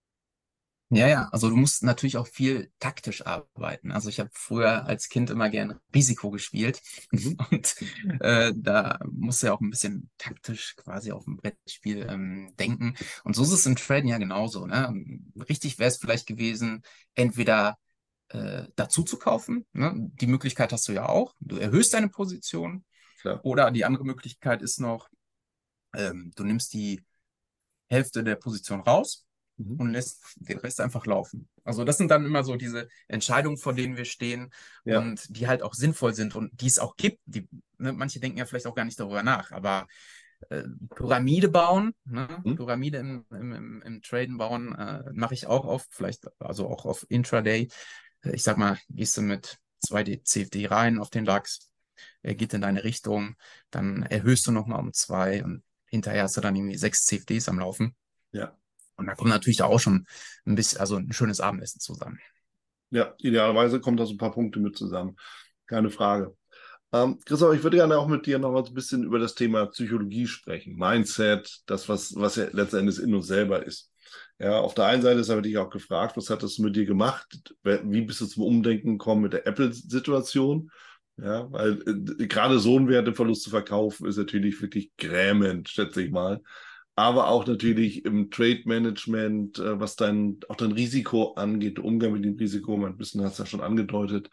Ja, ja, also du musst natürlich auch viel taktisch arbeiten. Also ich habe früher als Kind immer gern Risiko gespielt Mhm. und äh, da musst du ja auch ein bisschen taktisch quasi auf dem Brettspiel ähm, denken. Und so ist es im Traden ja genauso. Ne? Richtig wäre es vielleicht gewesen, entweder äh, dazu zu kaufen. Ne? Die Möglichkeit hast du ja auch. Du erhöhst deine Position. Klar. Oder die andere Möglichkeit ist noch, ähm, du nimmst die Hälfte der Position raus Mhm. und lässt den Rest einfach laufen. Also das sind dann immer so diese Entscheidungen, vor denen wir stehen Ja. und die halt auch sinnvoll sind und die es auch gibt. Die, ne, manche denken ja vielleicht auch gar nicht darüber nach, aber äh, Pyramide bauen, ne? Mhm. Pyramide im, im, im, im Traden bauen, äh, mache ich auch oft, vielleicht also auch auf Intraday. Äh, Ich sag mal, gehst du mit zwei C F D rein auf den DAX, er geht in deine Richtung, dann erhöhst du nochmal um zwei und hinterher hast du dann irgendwie sechs C F Ds am Laufen. Ja. Und da kommt natürlich da auch schon ein bisschen, also ein schönes Abendessen zusammen. Ja, idealerweise kommen da so ein paar Punkte mit zusammen. Keine Frage. Ähm, Christoph, ich würde gerne auch mit dir noch mal so ein bisschen über das Thema Psychologie sprechen. Mindset, das, was, was ja letzten Endes in uns selber ist. Ja, auf der einen Seite ist aber dich auch gefragt, was hat das mit dir gemacht? Wie bist du zum Umdenken gekommen mit der Apple-Situation? Ja, weil äh, gerade so einen Werteverlust zu verkaufen, ist natürlich wirklich grämend, schätze ich mal. Aber auch natürlich im Trade-Management, äh, was dein, auch dein Risiko angeht, der Umgang mit dem Risiko, ein bisschen hast du ja schon angedeutet.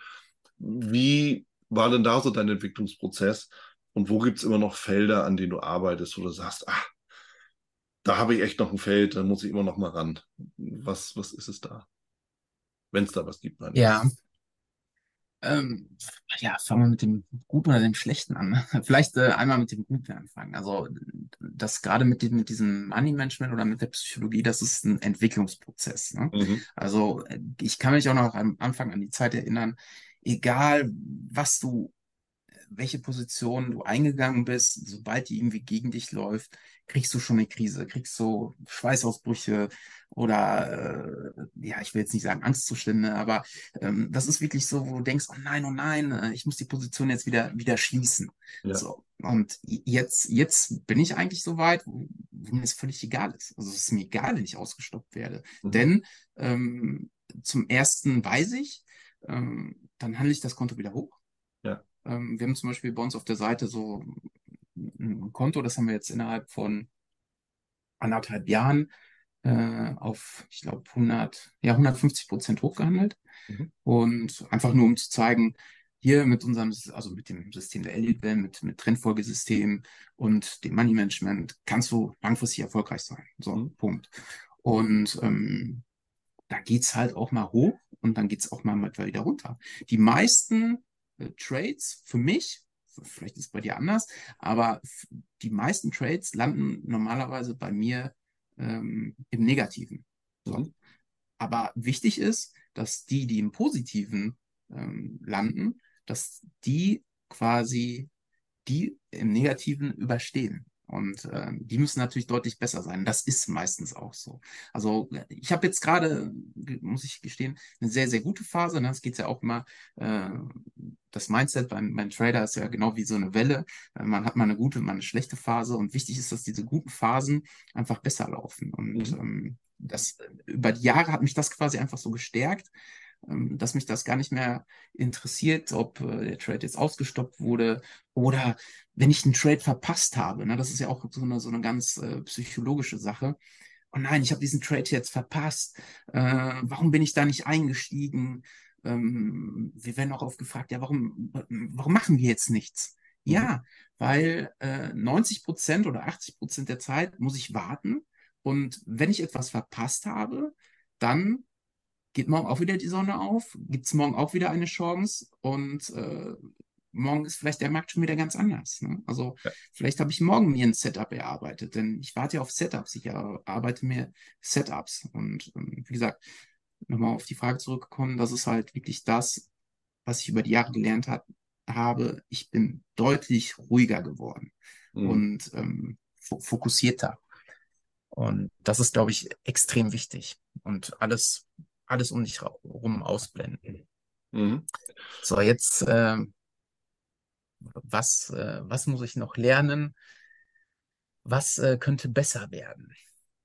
Wie war denn da so dein Entwicklungsprozess? Und wo gibt es immer noch Felder, an denen du arbeitest, wo du sagst, ah, da habe ich echt noch ein Feld, da muss ich immer noch mal ran. Was, was ist es da? Wenn es da was gibt, meine ich. Ja, ähm, ja, fangen wir mit dem Guten oder dem Schlechten an. Ne? Vielleicht äh, einmal mit dem Guten anfangen. Also das gerade mit, dem, mit diesem Money Management oder mit der Psychologie, das ist ein Entwicklungsprozess. Ne? Mhm. Also äh, ich kann mich auch noch am Anfang an die Zeit erinnern, egal was du welche Position du eingegangen bist, sobald die irgendwie gegen dich läuft, kriegst du schon eine Krise, kriegst du Schweißausbrüche oder, äh, ja, ich will jetzt nicht sagen Angstzustände, aber ähm, das ist wirklich so, wo du denkst, oh nein, oh nein, äh, ich muss die Position jetzt wieder, wieder schließen. Ja. So. Und jetzt, jetzt bin ich eigentlich so weit, wo, wo mir es völlig egal ist. Also es ist mir egal, wenn ich ausgestoppt werde. Mhm. Denn ähm, zum ersten weiß ich, ähm, dann handle ich das Konto wieder hoch. Ja. Ähm, wir haben zum Beispiel bei uns auf der Seite so ein Konto, das haben wir jetzt innerhalb von anderthalb Jahren äh, auf, ich glaube, hundert, ja, hundertfünfzig Prozent hochgehandelt. Mhm. Und einfach nur, um zu zeigen, hier mit unserem, also mit dem System der Elite, mit, mit Trendfolgesystem und dem Money Management kannst du langfristig erfolgreich sein. So, Mhm. Punkt. Und ähm, da geht's halt auch mal hoch und dann geht's auch mal wieder runter. Die meisten äh, Trades für mich, vielleicht ist es bei dir anders, aber f- die meisten Trades landen normalerweise bei mir ähm, im Negativen. So. Mhm. Aber wichtig ist, dass die, die im Positiven ähm, landen, dass die quasi die im Negativen überstehen. Und ähm, die müssen natürlich deutlich besser sein. Das ist meistens auch so. Also ich habe jetzt gerade, muss ich gestehen, eine sehr, sehr gute Phase. Ne? Es geht ja auch immer, äh, das Mindset beim, beim Trader ist ja genau wie so eine Welle. Äh, man hat mal eine gute, mal eine schlechte Phase. Und wichtig ist, dass diese guten Phasen einfach besser laufen. Und Mhm. ähm, das, über die Jahre hat mich das quasi einfach so gestärkt, ähm, dass mich das gar nicht mehr interessiert, ob äh, der Trade jetzt ausgestoppt wurde oder wenn ich einen Trade verpasst habe. Ne, das ist ja auch so eine, so eine ganz äh, psychologische Sache. Oh nein, ich habe diesen Trade jetzt verpasst. Äh, warum bin ich da nicht eingestiegen? Ähm, wir werden auch oft gefragt, ja, warum, warum machen wir jetzt nichts? Mhm. Ja, weil äh, neunzig Prozent oder achtzig Prozent der Zeit muss ich warten. Und wenn ich etwas verpasst habe, dann geht morgen auch wieder die Sonne auf, gibt es morgen auch wieder eine Chance und äh, morgen ist vielleicht der Markt schon wieder ganz anders. Ne? Also Ja. vielleicht habe ich morgen mir ein Setup erarbeitet, denn ich warte ja auf Setups, ich erarbeite mir Setups. Und ähm, wie gesagt, nochmal auf die Frage zurückgekommen, das ist halt wirklich das, was ich über die Jahre gelernt hat, habe. Ich bin deutlich ruhiger geworden Mhm. und ähm, fo fokussierter. Und das ist, glaube ich, extrem wichtig. Und alles, alles um dich herum ausblenden. Mhm. So, jetzt, äh, was, äh, was muss ich noch lernen? Was äh, könnte besser werden?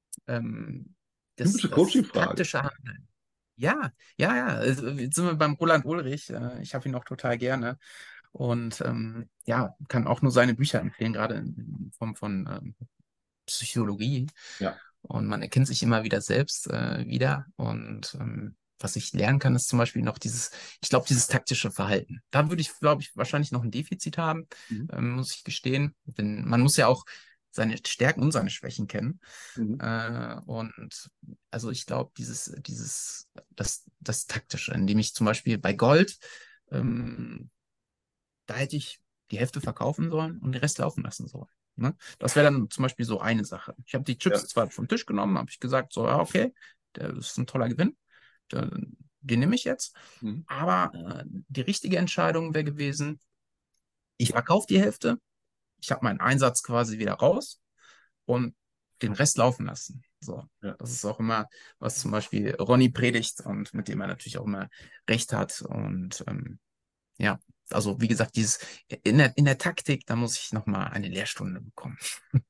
Ähm, das, Typische das Coaching-Frage. taktische Handeln. Ja, ja, ja. Also, jetzt sind wir beim Roland Ulrich. Äh, ich habe ihn auch total gerne. Und ähm, ja, kann auch nur seine Bücher empfehlen, gerade in Form von ähm, Psychologie. Ja. Und man erkennt sich immer wieder selbst äh, wieder. Und ähm, was ich lernen kann, ist zum Beispiel noch dieses, ich glaube, dieses taktische Verhalten. Da würde ich, glaube ich, wahrscheinlich noch ein Defizit haben, Mhm. ähm, muss ich gestehen. Denn man muss ja auch seine Stärken und seine Schwächen kennen. Mhm. Äh, und also ich glaube, dieses, dieses, das, das Taktische, indem ich zum Beispiel bei Gold, ähm, da hätte ich die Hälfte verkaufen sollen und den Rest laufen lassen sollen. Ne? Das wäre dann zum Beispiel so eine Sache. Ich habe die Ja. Chips zwar vom Tisch genommen, habe ich gesagt, so, ja, okay, das ist ein toller Gewinn, den, den nehme ich jetzt. Mhm. Aber äh, die richtige Entscheidung wäre gewesen, ich verkaufe die Hälfte, ich habe meinen Einsatz quasi wieder raus und den Rest laufen lassen. So, Ja. das ist auch immer, was zum Beispiel Ronny predigt und mit dem er natürlich auch immer recht hat. Und ähm, ja, also wie gesagt, dieses in der, in der Taktik, da muss ich nochmal eine Lehrstunde bekommen.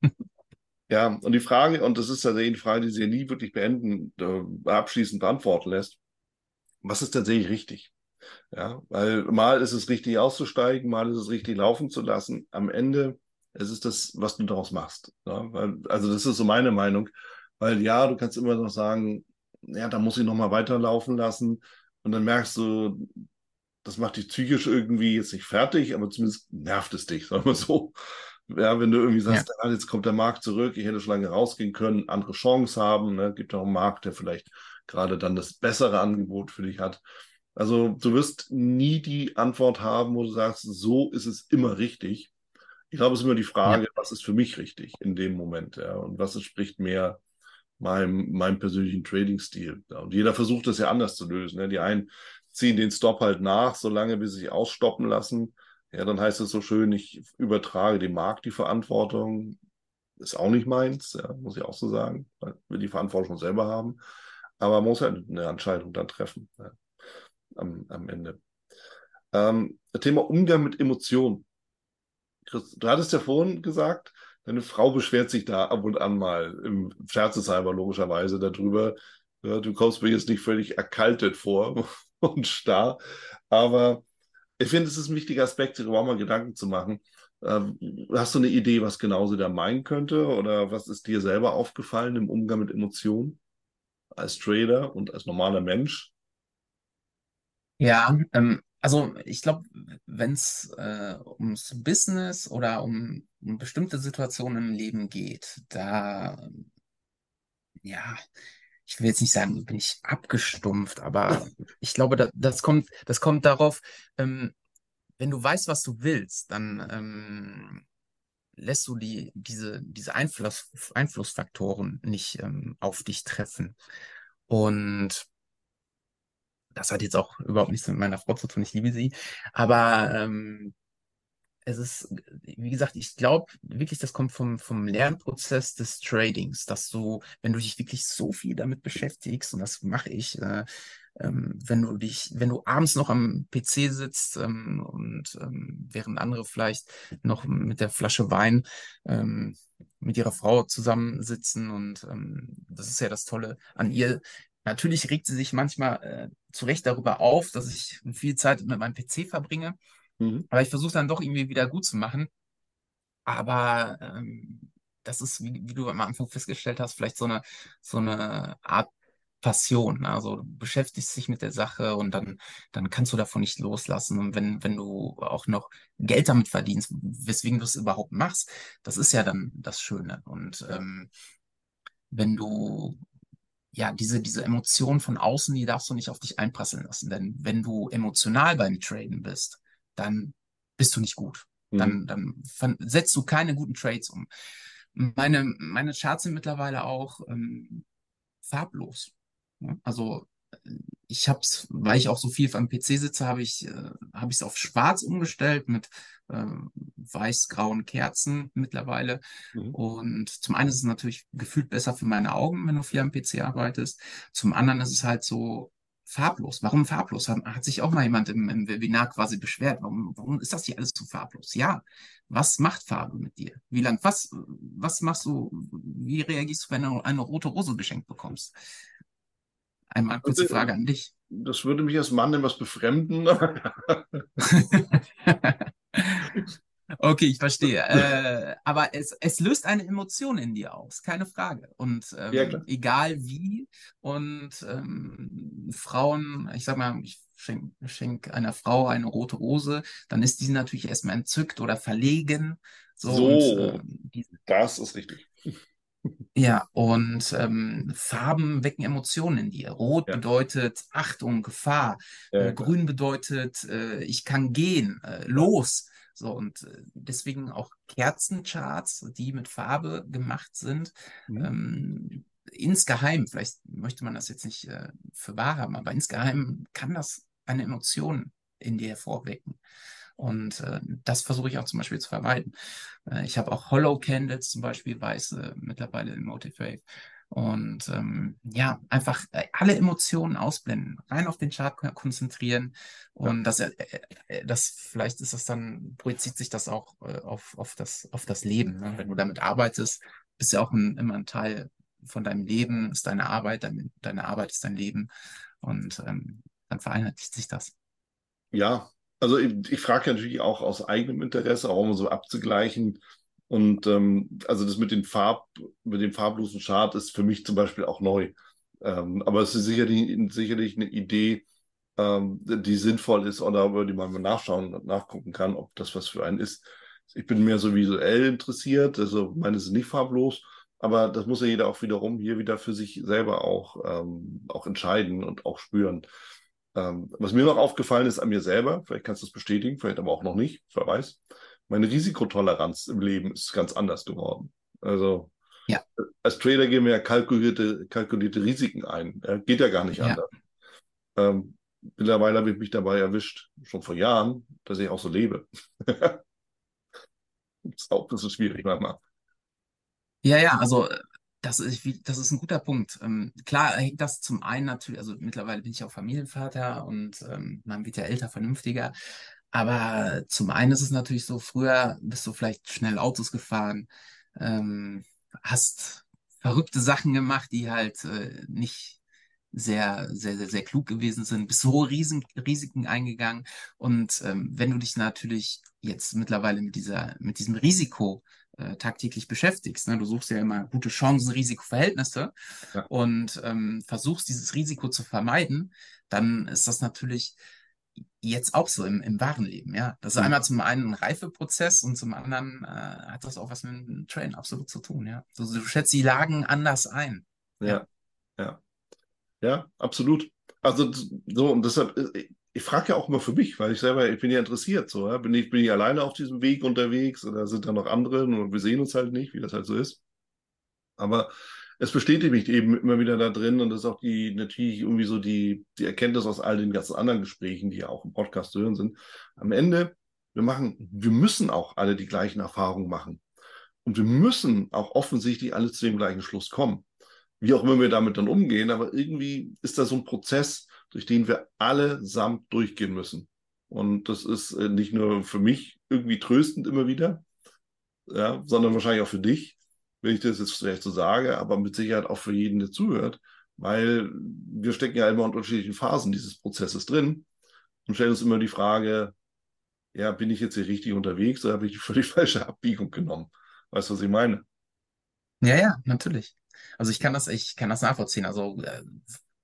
Ja, und die Frage, und das ist tatsächlich die Frage, die sie ja nie wirklich beenden, äh, abschließend beantworten lässt, was ist tatsächlich richtig? Ja, weil mal ist es richtig auszusteigen, mal ist es richtig laufen zu lassen. Am Ende es ist das, was du daraus machst. Ja, weil, also das ist so meine Meinung. Weil ja, du kannst immer noch sagen, ja, da muss ich noch mal weiterlaufen lassen. Und dann merkst du, das macht dich psychisch irgendwie jetzt nicht fertig, aber zumindest nervt es dich, sagen wir so. Ja, wenn du irgendwie Ja, sagst, ah, jetzt kommt der Markt zurück, ich hätte schon lange rausgehen können, andere Chance haben, ne? Gibt auch einen Markt, der vielleicht gerade dann das bessere Angebot für dich hat. Also du wirst nie die Antwort haben, wo du sagst, so ist es immer richtig. Ich glaube, es ist immer die ja, Frage, was ist für mich richtig in dem Moment, ja, und was entspricht mehr meinem, meinem persönlichen Trading-Stil. Ja, und jeder versucht das ja anders zu lösen. Ne? Die einen ziehen den Stop halt nach, solange bis sie sich ausstoppen lassen. Ja, dann heißt es so schön, ich übertrage dem Markt die Verantwortung. Ist auch nicht meins, ja, muss ich auch so sagen, weil wir die Verantwortung selber haben. Aber man muss halt eine Entscheidung dann treffen, ja, am, am Ende. Ähm, das Thema Umgang mit Emotionen. Chris, du hattest ja vorhin gesagt, deine Frau beschwert sich da ab und an mal, im Scherzeshalber logischerweise darüber. Ja, du kommst mir jetzt nicht völlig erkaltet vor und starr, aber ich finde, es ist ein wichtiger Aspekt, sich überhaupt mal Gedanken zu machen. Ähm, hast du eine Idee, was genau sie da meinen könnte, oder was ist dir selber aufgefallen im Umgang mit Emotionen als Trader und als normaler Mensch? ja. Ähm, also ich glaube, wenn es äh, ums Business oder um, um bestimmte Situationen im Leben geht, da, ja, ich will jetzt nicht sagen, bin ich abgestumpft, aber ich glaube, da, das kommt, das kommt darauf, ähm, wenn du weißt, was du willst, dann ähm, lässt du die, diese, diese Einfluss, Einflussfaktoren nicht ähm, auf dich treffen. Und das hat jetzt auch überhaupt nichts mit meiner Frau zu tun, ich liebe sie. Aber ähm, es ist, wie gesagt, ich glaube wirklich, das kommt vom, vom Lernprozess des Tradings, dass du, wenn du dich wirklich so viel damit beschäftigst, und das mache ich, äh, ähm, wenn du dich, wenn du abends noch am P C sitzt ähm, und ähm, während andere vielleicht noch mit der Flasche Wein ähm, mit ihrer Frau zusammensitzen und ähm, das ist ja das Tolle an ihr. Natürlich regt sie sich manchmal äh, zu Recht darüber auf, dass ich viel Zeit mit meinem P C verbringe. Mhm. Aber ich versuche dann doch irgendwie wieder gut zu machen. Aber ähm, das ist, wie, wie du am Anfang festgestellt hast, vielleicht so eine, so eine Art Passion. Ne? Also du beschäftigst dich mit der Sache und dann, dann kannst du davon nicht loslassen. Und wenn, wenn du auch noch Geld damit verdienst, weswegen du es überhaupt machst, das ist ja dann das Schöne. Und Ja. ähm, wenn du ja, diese, diese Emotionen von außen, die darfst du nicht auf dich einprasseln lassen. Denn wenn du emotional beim Traden bist, dann bist du nicht gut. Mhm. Dann, dann fan- setzt du keine guten Trades um. Meine, meine Charts sind mittlerweile auch ähm, farblos. Ja, also äh, ich habe es, weil ich auch so viel am P C sitze, habe ich äh, habe ich es auf Schwarz umgestellt mit äh, weiß-grauen Kerzen mittlerweile. Mhm. Und zum einen ist es natürlich gefühlt besser für meine Augen, wenn du viel am P C arbeitest. Zum anderen ist es halt so farblos. Warum farblos? Hat, hat sich auch mal jemand im, im Webinar quasi beschwert. Warum, warum ist das hier alles so farblos? Ja, was macht Farbe mit dir? Wie lang, was, was machst du, wie reagierst du, wenn du eine rote Rose geschenkt bekommst? Einmal kurze Frage Würde- an dich. Das würde mich als Mann etwas befremden. Okay, ich verstehe. Äh, aber es, es löst eine Emotion in dir aus, keine Frage. Und Ja, ähm, klar. egal wie. Und ähm, Frauen, ich sag mal, ich schenke schenk einer Frau eine rote Rose, dann ist die natürlich erstmal entzückt oder verlegen. So und äh, So, die, das ist richtig. ja, und ähm, Farben wecken Emotionen in dir. Rot Ja, bedeutet Achtung, Gefahr. ja, ja, Äh, klar. grün bedeutet äh, ich kann gehen, äh, Ja. los. So, und äh, deswegen auch Kerzencharts, die mit Farbe gemacht sind. Mhm. Ähm, insgeheim, vielleicht möchte man das jetzt nicht äh, für wahr haben, aber insgeheim kann das eine Emotion in dir hervorwecken. Und äh, das versuche ich auch zum Beispiel zu vermeiden. Äh, ich habe auch Hollow Candles zum Beispiel, weiße mittlerweile im Motivate. Und ähm, ja, einfach äh, alle Emotionen ausblenden, rein auf den Chart kon- konzentrieren. Ja. Und das, äh, äh, das vielleicht ist das dann, projiziert sich das auch äh, auf, auf das, auf das Leben. Ne? Wenn du damit arbeitest, bist ja auch ein, immer ein Teil von deinem Leben, ist deine Arbeit, deine, deine Arbeit ist dein Leben. Und ähm, dann vereinheitlicht sich das. Ja, also ich, ich frage natürlich auch aus eigenem Interesse, auch um so abzugleichen. Und ähm, also das mit den Farb, mit dem farblosen Chart ist für mich zum Beispiel auch neu. Ähm, aber es ist sicherlich, sicherlich eine Idee, ähm, die sinnvoll ist oder über die man mal nachschauen und nachgucken kann, ob das was für einen ist. Ich bin mehr so visuell interessiert, also meine sind nicht farblos, aber das muss ja jeder auch wiederum hier wieder für sich selber auch, ähm, auch entscheiden und auch spüren. Ähm, was mir noch aufgefallen ist an mir selber, vielleicht kannst du es bestätigen, vielleicht aber auch noch nicht, wer weiß, meine Risikotoleranz im Leben ist ganz anders geworden. Also Ja, als Trader gehen wir ja kalkulierte, kalkulierte Risiken ein. Ja, geht ja gar nicht ja. anders. Ähm, mittlerweile habe ich mich dabei erwischt, schon vor Jahren, dass ich auch so lebe. Das ist auch ein bisschen schwierig manchmal. Ja, ja, also äh, das ist, wie, das ist ein guter Punkt. Ähm, klar hängt das zum einen natürlich, also mittlerweile bin ich auch Familienvater und ähm, man wird ja älter, vernünftiger. Aber zum einen ist es natürlich so, früher bist du vielleicht schnell Autos gefahren, ähm, hast verrückte Sachen gemacht, die halt äh, nicht sehr, sehr, sehr, sehr klug gewesen sind, bist hohe Riesen, Risiken eingegangen. Und ähm, wenn du dich natürlich jetzt mittlerweile mit dieser, mit diesem Risiko äh, tagtäglich beschäftigst. Ne? Du suchst ja immer gute Chancen-Risiko-Verhältnisse Ja. und ähm, versuchst dieses Risiko zu vermeiden, dann ist das natürlich jetzt auch so im, im wahren Leben. Ja, das ist Hm. einmal zum einen ein Reifeprozess und zum anderen äh, hat das auch was mit dem Train absolut zu tun. Ja, also, du schätzt die Lagen anders ein. Ja, Ja, ja, ja, absolut. Also so, und deshalb, äh, ich frage ja auch immer für mich, weil ich selber, ich bin ja interessiert, so, ja? Bin ich, bin ich alleine auf diesem Weg unterwegs oder sind da noch andere und wir sehen uns halt nicht, wie das halt so ist. Aber es bestätigt mich eben immer wieder da drin und das ist auch die, natürlich irgendwie so die, die Erkenntnis aus all den ganzen anderen Gesprächen, die ja auch im Podcast zu hören sind. Am Ende, wir machen, wir müssen auch alle die gleichen Erfahrungen machen. Und wir müssen auch offensichtlich alle zu dem gleichen Schluss kommen. Wie auch immer wir damit dann umgehen, aber irgendwie ist das so ein Prozess, durch den wir allesamt durchgehen müssen. Und das ist äh, nicht nur für mich irgendwie tröstend immer wieder, ja, sondern wahrscheinlich auch für dich, wenn ich das jetzt vielleicht so sage, aber mit Sicherheit auch für jeden, der zuhört, weil wir stecken ja immer in unterschiedlichen Phasen dieses Prozesses drin und stellen uns immer die Frage, ja, bin ich jetzt hier richtig unterwegs oder habe ich die völlig falsche Abbiegung genommen? Weißt du, was ich meine? ja, ja, natürlich. Also ich kann das, ich kann das nachvollziehen. Also äh,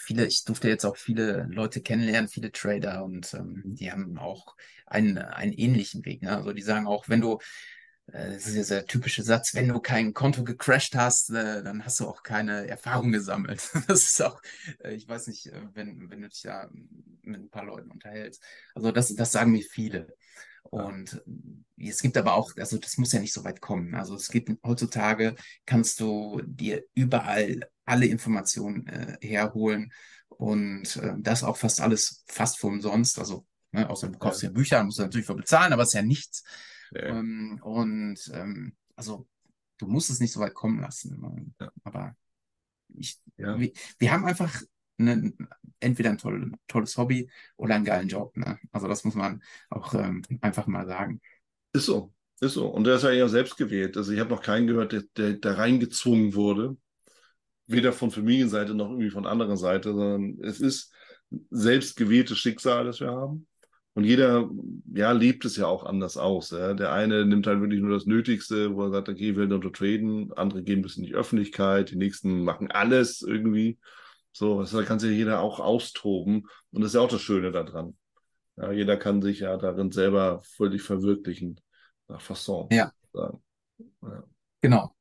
viele, ich durfte jetzt auch viele Leute kennenlernen, viele Trader und ähm, die haben auch einen, einen ähnlichen Weg. Ne? Also die sagen auch, wenn du, äh, das ist ja der typische Satz, wenn du kein Konto gecrashed hast, äh, dann hast du auch keine Erfahrung gesammelt. Das ist auch, äh, ich weiß nicht, äh, wenn, wenn du dich da mit ein paar Leuten unterhältst. Also das, das sagen mir viele. Ja. Und äh, es gibt aber auch, also das muss ja nicht so weit kommen. Also es gibt heutzutage, kannst du dir überall alle Informationen äh, herholen und äh, das auch fast alles fast für umsonst. Also, ne, außer du kaufst Ja. ja Bücher, musst du natürlich für bezahlen, aber es ist ja nichts. Ja. Ähm, und ähm, also du musst es nicht so weit kommen lassen. Ne? Ja. Aber ich, Ja. wir, wir haben einfach eine, entweder ein toll, tolles Hobby oder einen geilen Job. Ne? Also das muss man auch ähm, einfach mal sagen. Ist so. Ist so. Und der ist ja eher selbst gewählt. Also ich habe noch keinen gehört, der, der da reingezwungen wurde. Weder von Familienseite noch irgendwie von anderer Seite, sondern es ist selbst gewähltes Schicksal, das wir haben. Und jeder, ja, lebt es ja auch anders aus. Ja. Der eine nimmt halt wirklich nur das Nötigste, wo er sagt, okay, ich will nur traden. Andere gehen ein bisschen in die Öffentlichkeit. Die nächsten machen alles irgendwie. So, also da kann sich ja jeder auch austoben. Und das ist ja auch das Schöne daran. Ja, jeder kann sich ja darin selber völlig verwirklichen, nach Fasson Ja, sozusagen. Ja. genau.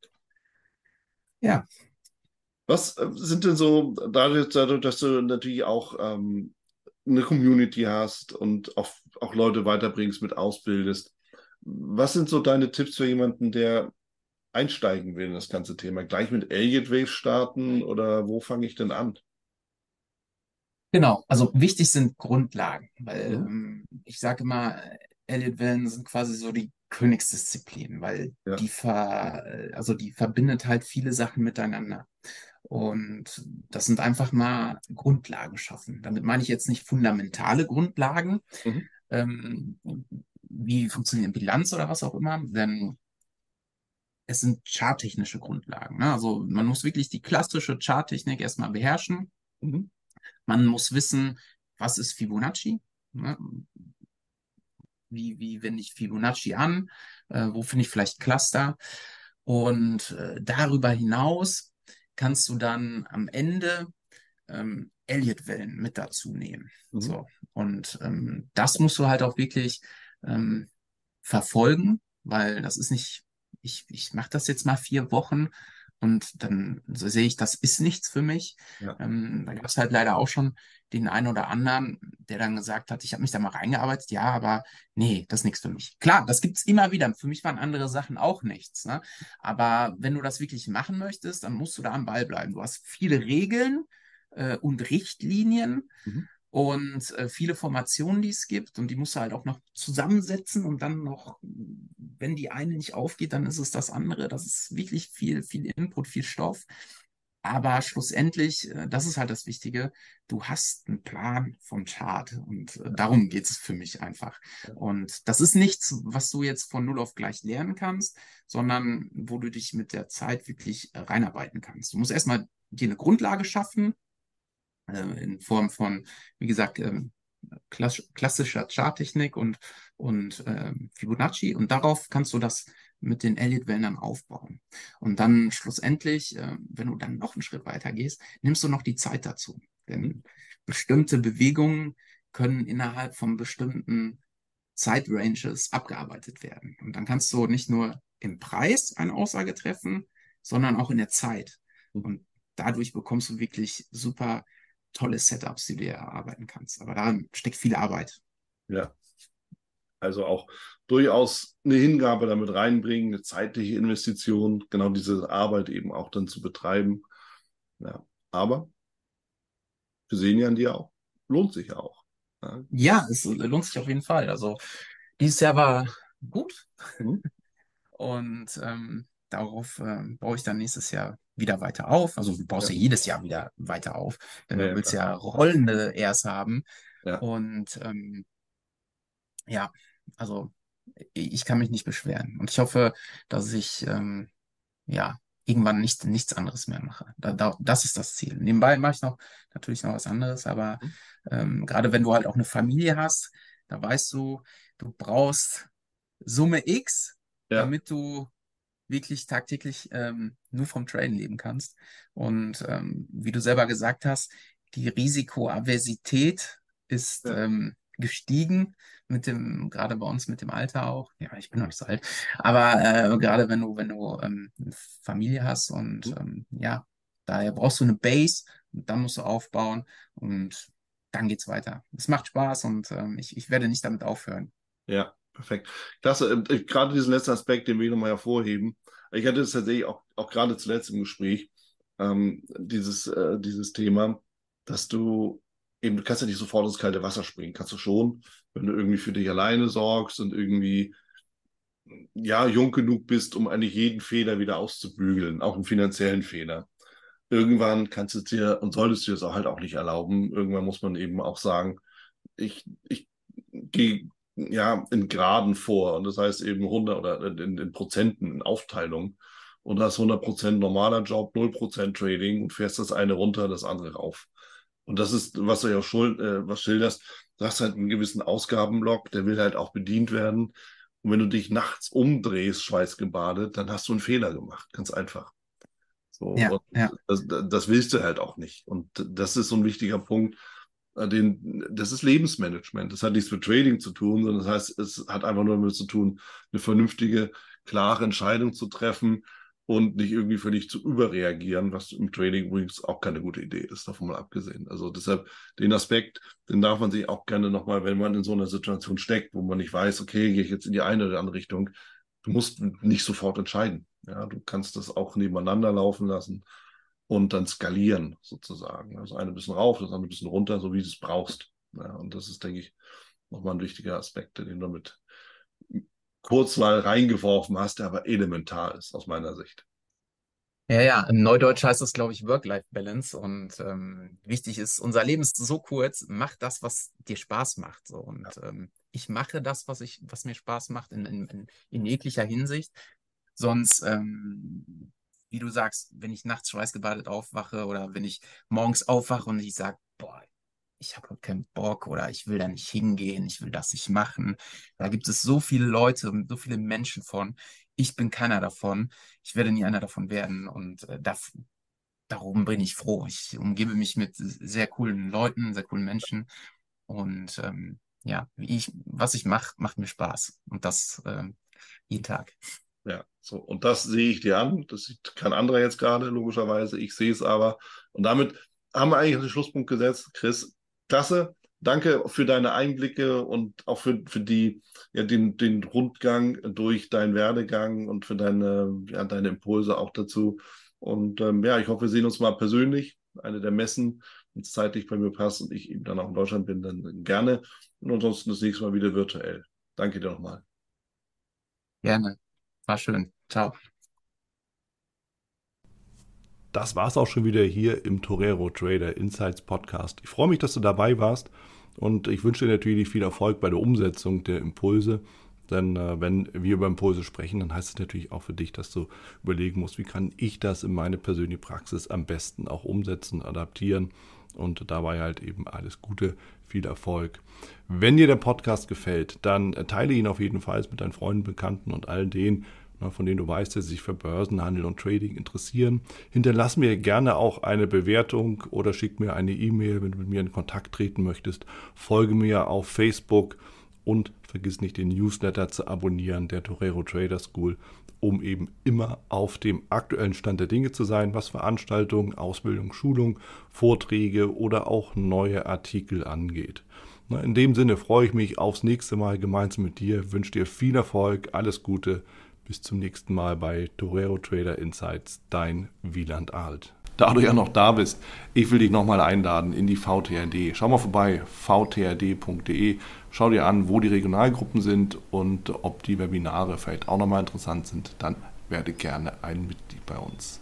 Ja, Was äh, sind denn so, dadurch, dadurch, dass du natürlich auch ähm, eine Community hast und auch, auch Leute weiterbringst, mit ausbildest, was sind so deine Tipps für jemanden, der einsteigen will in das ganze Thema? Gleich mit Elliott Wave starten oder wo fange ich denn an? genau. Also wichtig sind Grundlagen, weil Mhm. ähm, ich sage immer, Elliott-Wellen sind quasi so die Königsdisziplin, weil Ja. die ver, äh, also die verbindet halt viele Sachen miteinander. Und das sind einfach mal Grundlagen schaffen. Damit meine ich jetzt nicht fundamentale Grundlagen, Mhm. ähm, wie funktioniert Bilanz oder was auch immer, denn es sind charttechnische Grundlagen. Ne? Also man muss wirklich die klassische Charttechnik erstmal beherrschen. Mhm. Man muss wissen, was ist Fibonacci? Ne? Wie, wie wende ich Fibonacci an? Äh, wo finde ich vielleicht Cluster? Und äh, darüber hinaus kannst du dann am Ende ähm, Elliott-Wellen mit dazu nehmen. Mhm. So. Und ähm, das musst du halt auch wirklich ähm, verfolgen, weil das ist nicht, ich, ich mache das jetzt mal vier Wochen und dann so sehe ich, das ist nichts für mich. Ja. Ähm, da gab es halt leider auch schon den einen oder anderen, der dann gesagt hat, ich habe mich da mal reingearbeitet, ja, aber nee, das ist nichts für mich. Klar, das gibt's immer wieder. Für mich waren andere Sachen auch nichts. Ne? Aber wenn du das wirklich machen möchtest, dann musst du da am Ball bleiben. Du hast viele Regeln äh, und Richtlinien Mhm. und äh, viele Formationen, die es gibt. Und die musst du halt auch noch zusammensetzen und dann noch, wenn die eine nicht aufgeht, dann ist es das andere. Das ist wirklich viel, viel Input, viel Stoff. Aber schlussendlich, äh, das ist halt das Wichtige, du hast einen Plan vom Chart und äh, darum geht es für mich einfach. Und das ist nichts, was du jetzt von null auf gleich lernen kannst, sondern wo du dich mit der Zeit wirklich äh, reinarbeiten kannst. Du musst erstmal dir eine Grundlage schaffen, äh, in Form von, wie gesagt, ähm, klass klassischer Charttechnik und, und ähm, Fibonacci. Und darauf kannst du das mit den Elliott-Wellen dann aufbauen. Und dann schlussendlich, äh, wenn du dann noch einen Schritt weiter gehst, nimmst du noch die Zeit dazu. Mhm. Denn bestimmte Bewegungen können innerhalb von bestimmten Zeitranges abgearbeitet werden. Und dann kannst du nicht nur im Preis eine Aussage treffen, sondern auch in der Zeit. Mhm. Und dadurch bekommst du wirklich super tolle Setups, die du dir erarbeiten kannst. Aber darin steckt viel Arbeit. Ja. Also auch durchaus eine Hingabe damit reinbringen, eine zeitliche Investition, genau diese Arbeit eben auch dann zu betreiben. Ja. Aber wir sehen ja an dir auch, lohnt sich ja auch. Ja. Ja, es lohnt sich auf jeden Fall. Also dieses Jahr war gut Mhm. und ähm, darauf ähm, baue ich dann nächstes Jahr wieder weiter auf. Also du baust Ja. ja jedes Jahr wieder weiter auf, denn Ja, du ja, willst klar. ja rollende Airs haben. Ja. Und ähm, ja, also ich kann mich nicht beschweren. Und ich hoffe, dass ich ähm, ja irgendwann nicht, nichts anderes mehr mache. Da, da, das ist das Ziel. Nebenbei mache ich noch natürlich noch was anderes, aber Mhm. ähm, gerade wenn du halt auch eine Familie hast, da weißt du, du brauchst Summe X, Ja. damit du wirklich tagtäglich ähm, nur vom Traden leben kannst. Und ähm, wie du selber gesagt hast, die Risikoaversität ist Ja. ähm, gestiegen mit dem, gerade bei uns mit dem Alter auch. Ja, ich bin noch nicht so alt, aber äh, gerade wenn du, wenn du ähm, eine Familie hast und ähm, ja, daher brauchst du eine Base und dann musst du aufbauen und dann geht's weiter. Es macht Spaß und ähm, ich, ich werde nicht damit aufhören. Ja, perfekt. Klasse. Ähm, äh, Gerade diesen letzten Aspekt, den wir nochmal hervorheben. Ich hatte es tatsächlich auch, auch gerade zuletzt im Gespräch, ähm, dieses, äh, dieses Thema, dass du eben, du kannst ja nicht sofort ins kalte Wasser springen. Kannst du schon, wenn du irgendwie für dich alleine sorgst und irgendwie, ja, jung genug bist, um eigentlich jeden Fehler wieder auszubügeln, auch einen finanziellen Fehler. Irgendwann kannst du es dir und solltest du es auch halt auch nicht erlauben. Irgendwann muss man eben auch sagen, ich, ich gehe ja in Graden vor und das heißt eben hundert oder in, in Prozenten, in Aufteilung und hast hundert Prozent normaler Job, null Prozent Trading und fährst das eine runter, das andere rauf. Und das ist, was du ja auch schuld, äh, was schilderst, du hast halt einen gewissen Ausgabenblock, der will halt auch bedient werden. Und wenn du dich nachts umdrehst, schweißgebadet, dann hast du einen Fehler gemacht, ganz einfach. So, Ja, und ja. das, das willst du halt auch nicht. Und das ist so ein wichtiger Punkt, äh, den, das ist Lebensmanagement. Das hat nichts mit Trading zu tun, sondern das heißt, es hat einfach nur damit zu tun, eine vernünftige, klare Entscheidung zu treffen und nicht irgendwie völlig zu überreagieren, was im Trading übrigens auch keine gute Idee ist, davon mal abgesehen. Also deshalb den Aspekt, den darf man sich auch gerne nochmal, wenn man in so einer Situation steckt, wo man nicht weiß, okay, gehe ich jetzt in die eine oder andere Richtung, du musst nicht sofort entscheiden. Ja, du kannst das auch nebeneinander laufen lassen und dann skalieren sozusagen. Also eine ein bisschen rauf, das andere ein bisschen runter, so wie du es brauchst. Ja, und das ist, denke ich, nochmal ein wichtiger Aspekt, den du mit kurz mal reingeworfen hast, der aber elementar ist aus meiner Sicht. Ja, ja, im Neudeutsch heißt es, glaube ich, Work-Life-Balance. Und ähm, wichtig ist, unser Leben ist so kurz, mach das, was dir Spaß macht. So. Ja, Und ähm, ich mache das, was ich, was mir Spaß macht, in, in, in, in jeglicher Hinsicht. Sonst, ähm, wie du sagst, wenn ich nachts schweißgebadet aufwache oder wenn ich morgens aufwache und ich sage, boah, ich habe heute keinen Bock oder ich will da nicht hingehen, ich will das nicht machen. Da ja, gibt es so viele Leute und so viele Menschen von. Ich bin keiner davon. Ich werde nie einer davon werden. Und äh, da, darum bin ich froh. Ich umgebe mich mit sehr coolen Leuten, sehr coolen Menschen. Und ähm, ja, wie ich, was ich mache, macht mir Spaß. Und das ähm, jeden Tag. ja. So, und das sehe ich dir an. Das sieht kein anderer jetzt gerade, logischerweise. Ich sehe es aber. Und damit haben wir eigentlich den Schlusspunkt gesetzt. Chris, klasse. Danke für deine Einblicke und auch für, für die, ja, den, den Rundgang durch deinen Werdegang und für deine, ja, deine Impulse auch dazu. Und ähm, ja, ich hoffe, wir sehen uns mal persönlich. Eine der Messen, wenn es zeitlich bei mir passt und ich eben dann auch in Deutschland bin, dann gerne. Und ansonsten das nächste Mal wieder virtuell. Danke dir nochmal. Gerne. War schön. Ciao. Das war's auch schon wieder hier im Torero Trader Insights Podcast. Ich freue mich, dass du dabei warst und ich wünsche dir natürlich viel Erfolg bei der Umsetzung der Impulse. Denn äh, wenn wir über Impulse sprechen, dann heißt es natürlich auch für dich, dass du überlegen musst, wie kann ich das in meine persönliche Praxis am besten auch umsetzen, adaptieren und dabei halt eben alles Gute, viel Erfolg. Wenn dir der Podcast gefällt, dann teile ihn auf jeden Fall mit deinen Freunden, Bekannten und all denen, von denen du weißt, dass sie sich für Börsenhandel und Trading interessieren. Hinterlass mir gerne auch eine Bewertung oder schick mir eine E-Mail, wenn du mit mir in Kontakt treten möchtest. Folge mir auf Facebook und vergiss nicht, den Newsletter zu abonnieren, der Torero Trader School, um eben immer auf dem aktuellen Stand der Dinge zu sein, was Veranstaltungen, Ausbildung, Schulung, Vorträge oder auch neue Artikel angeht. In dem Sinne freue ich mich aufs nächste Mal gemeinsam mit dir, wünsche dir viel Erfolg, alles Gute. Bis zum nächsten Mal bei Torero Trader Insights, dein Wieland Alt. Da du ja noch da bist, ich will dich nochmal einladen in die V T R D. Schau mal vorbei, v t r d punkt d e. Schau dir an, wo die Regionalgruppen sind und ob die Webinare vielleicht auch nochmal interessant sind. Dann werde gerne ein Mitglied bei uns.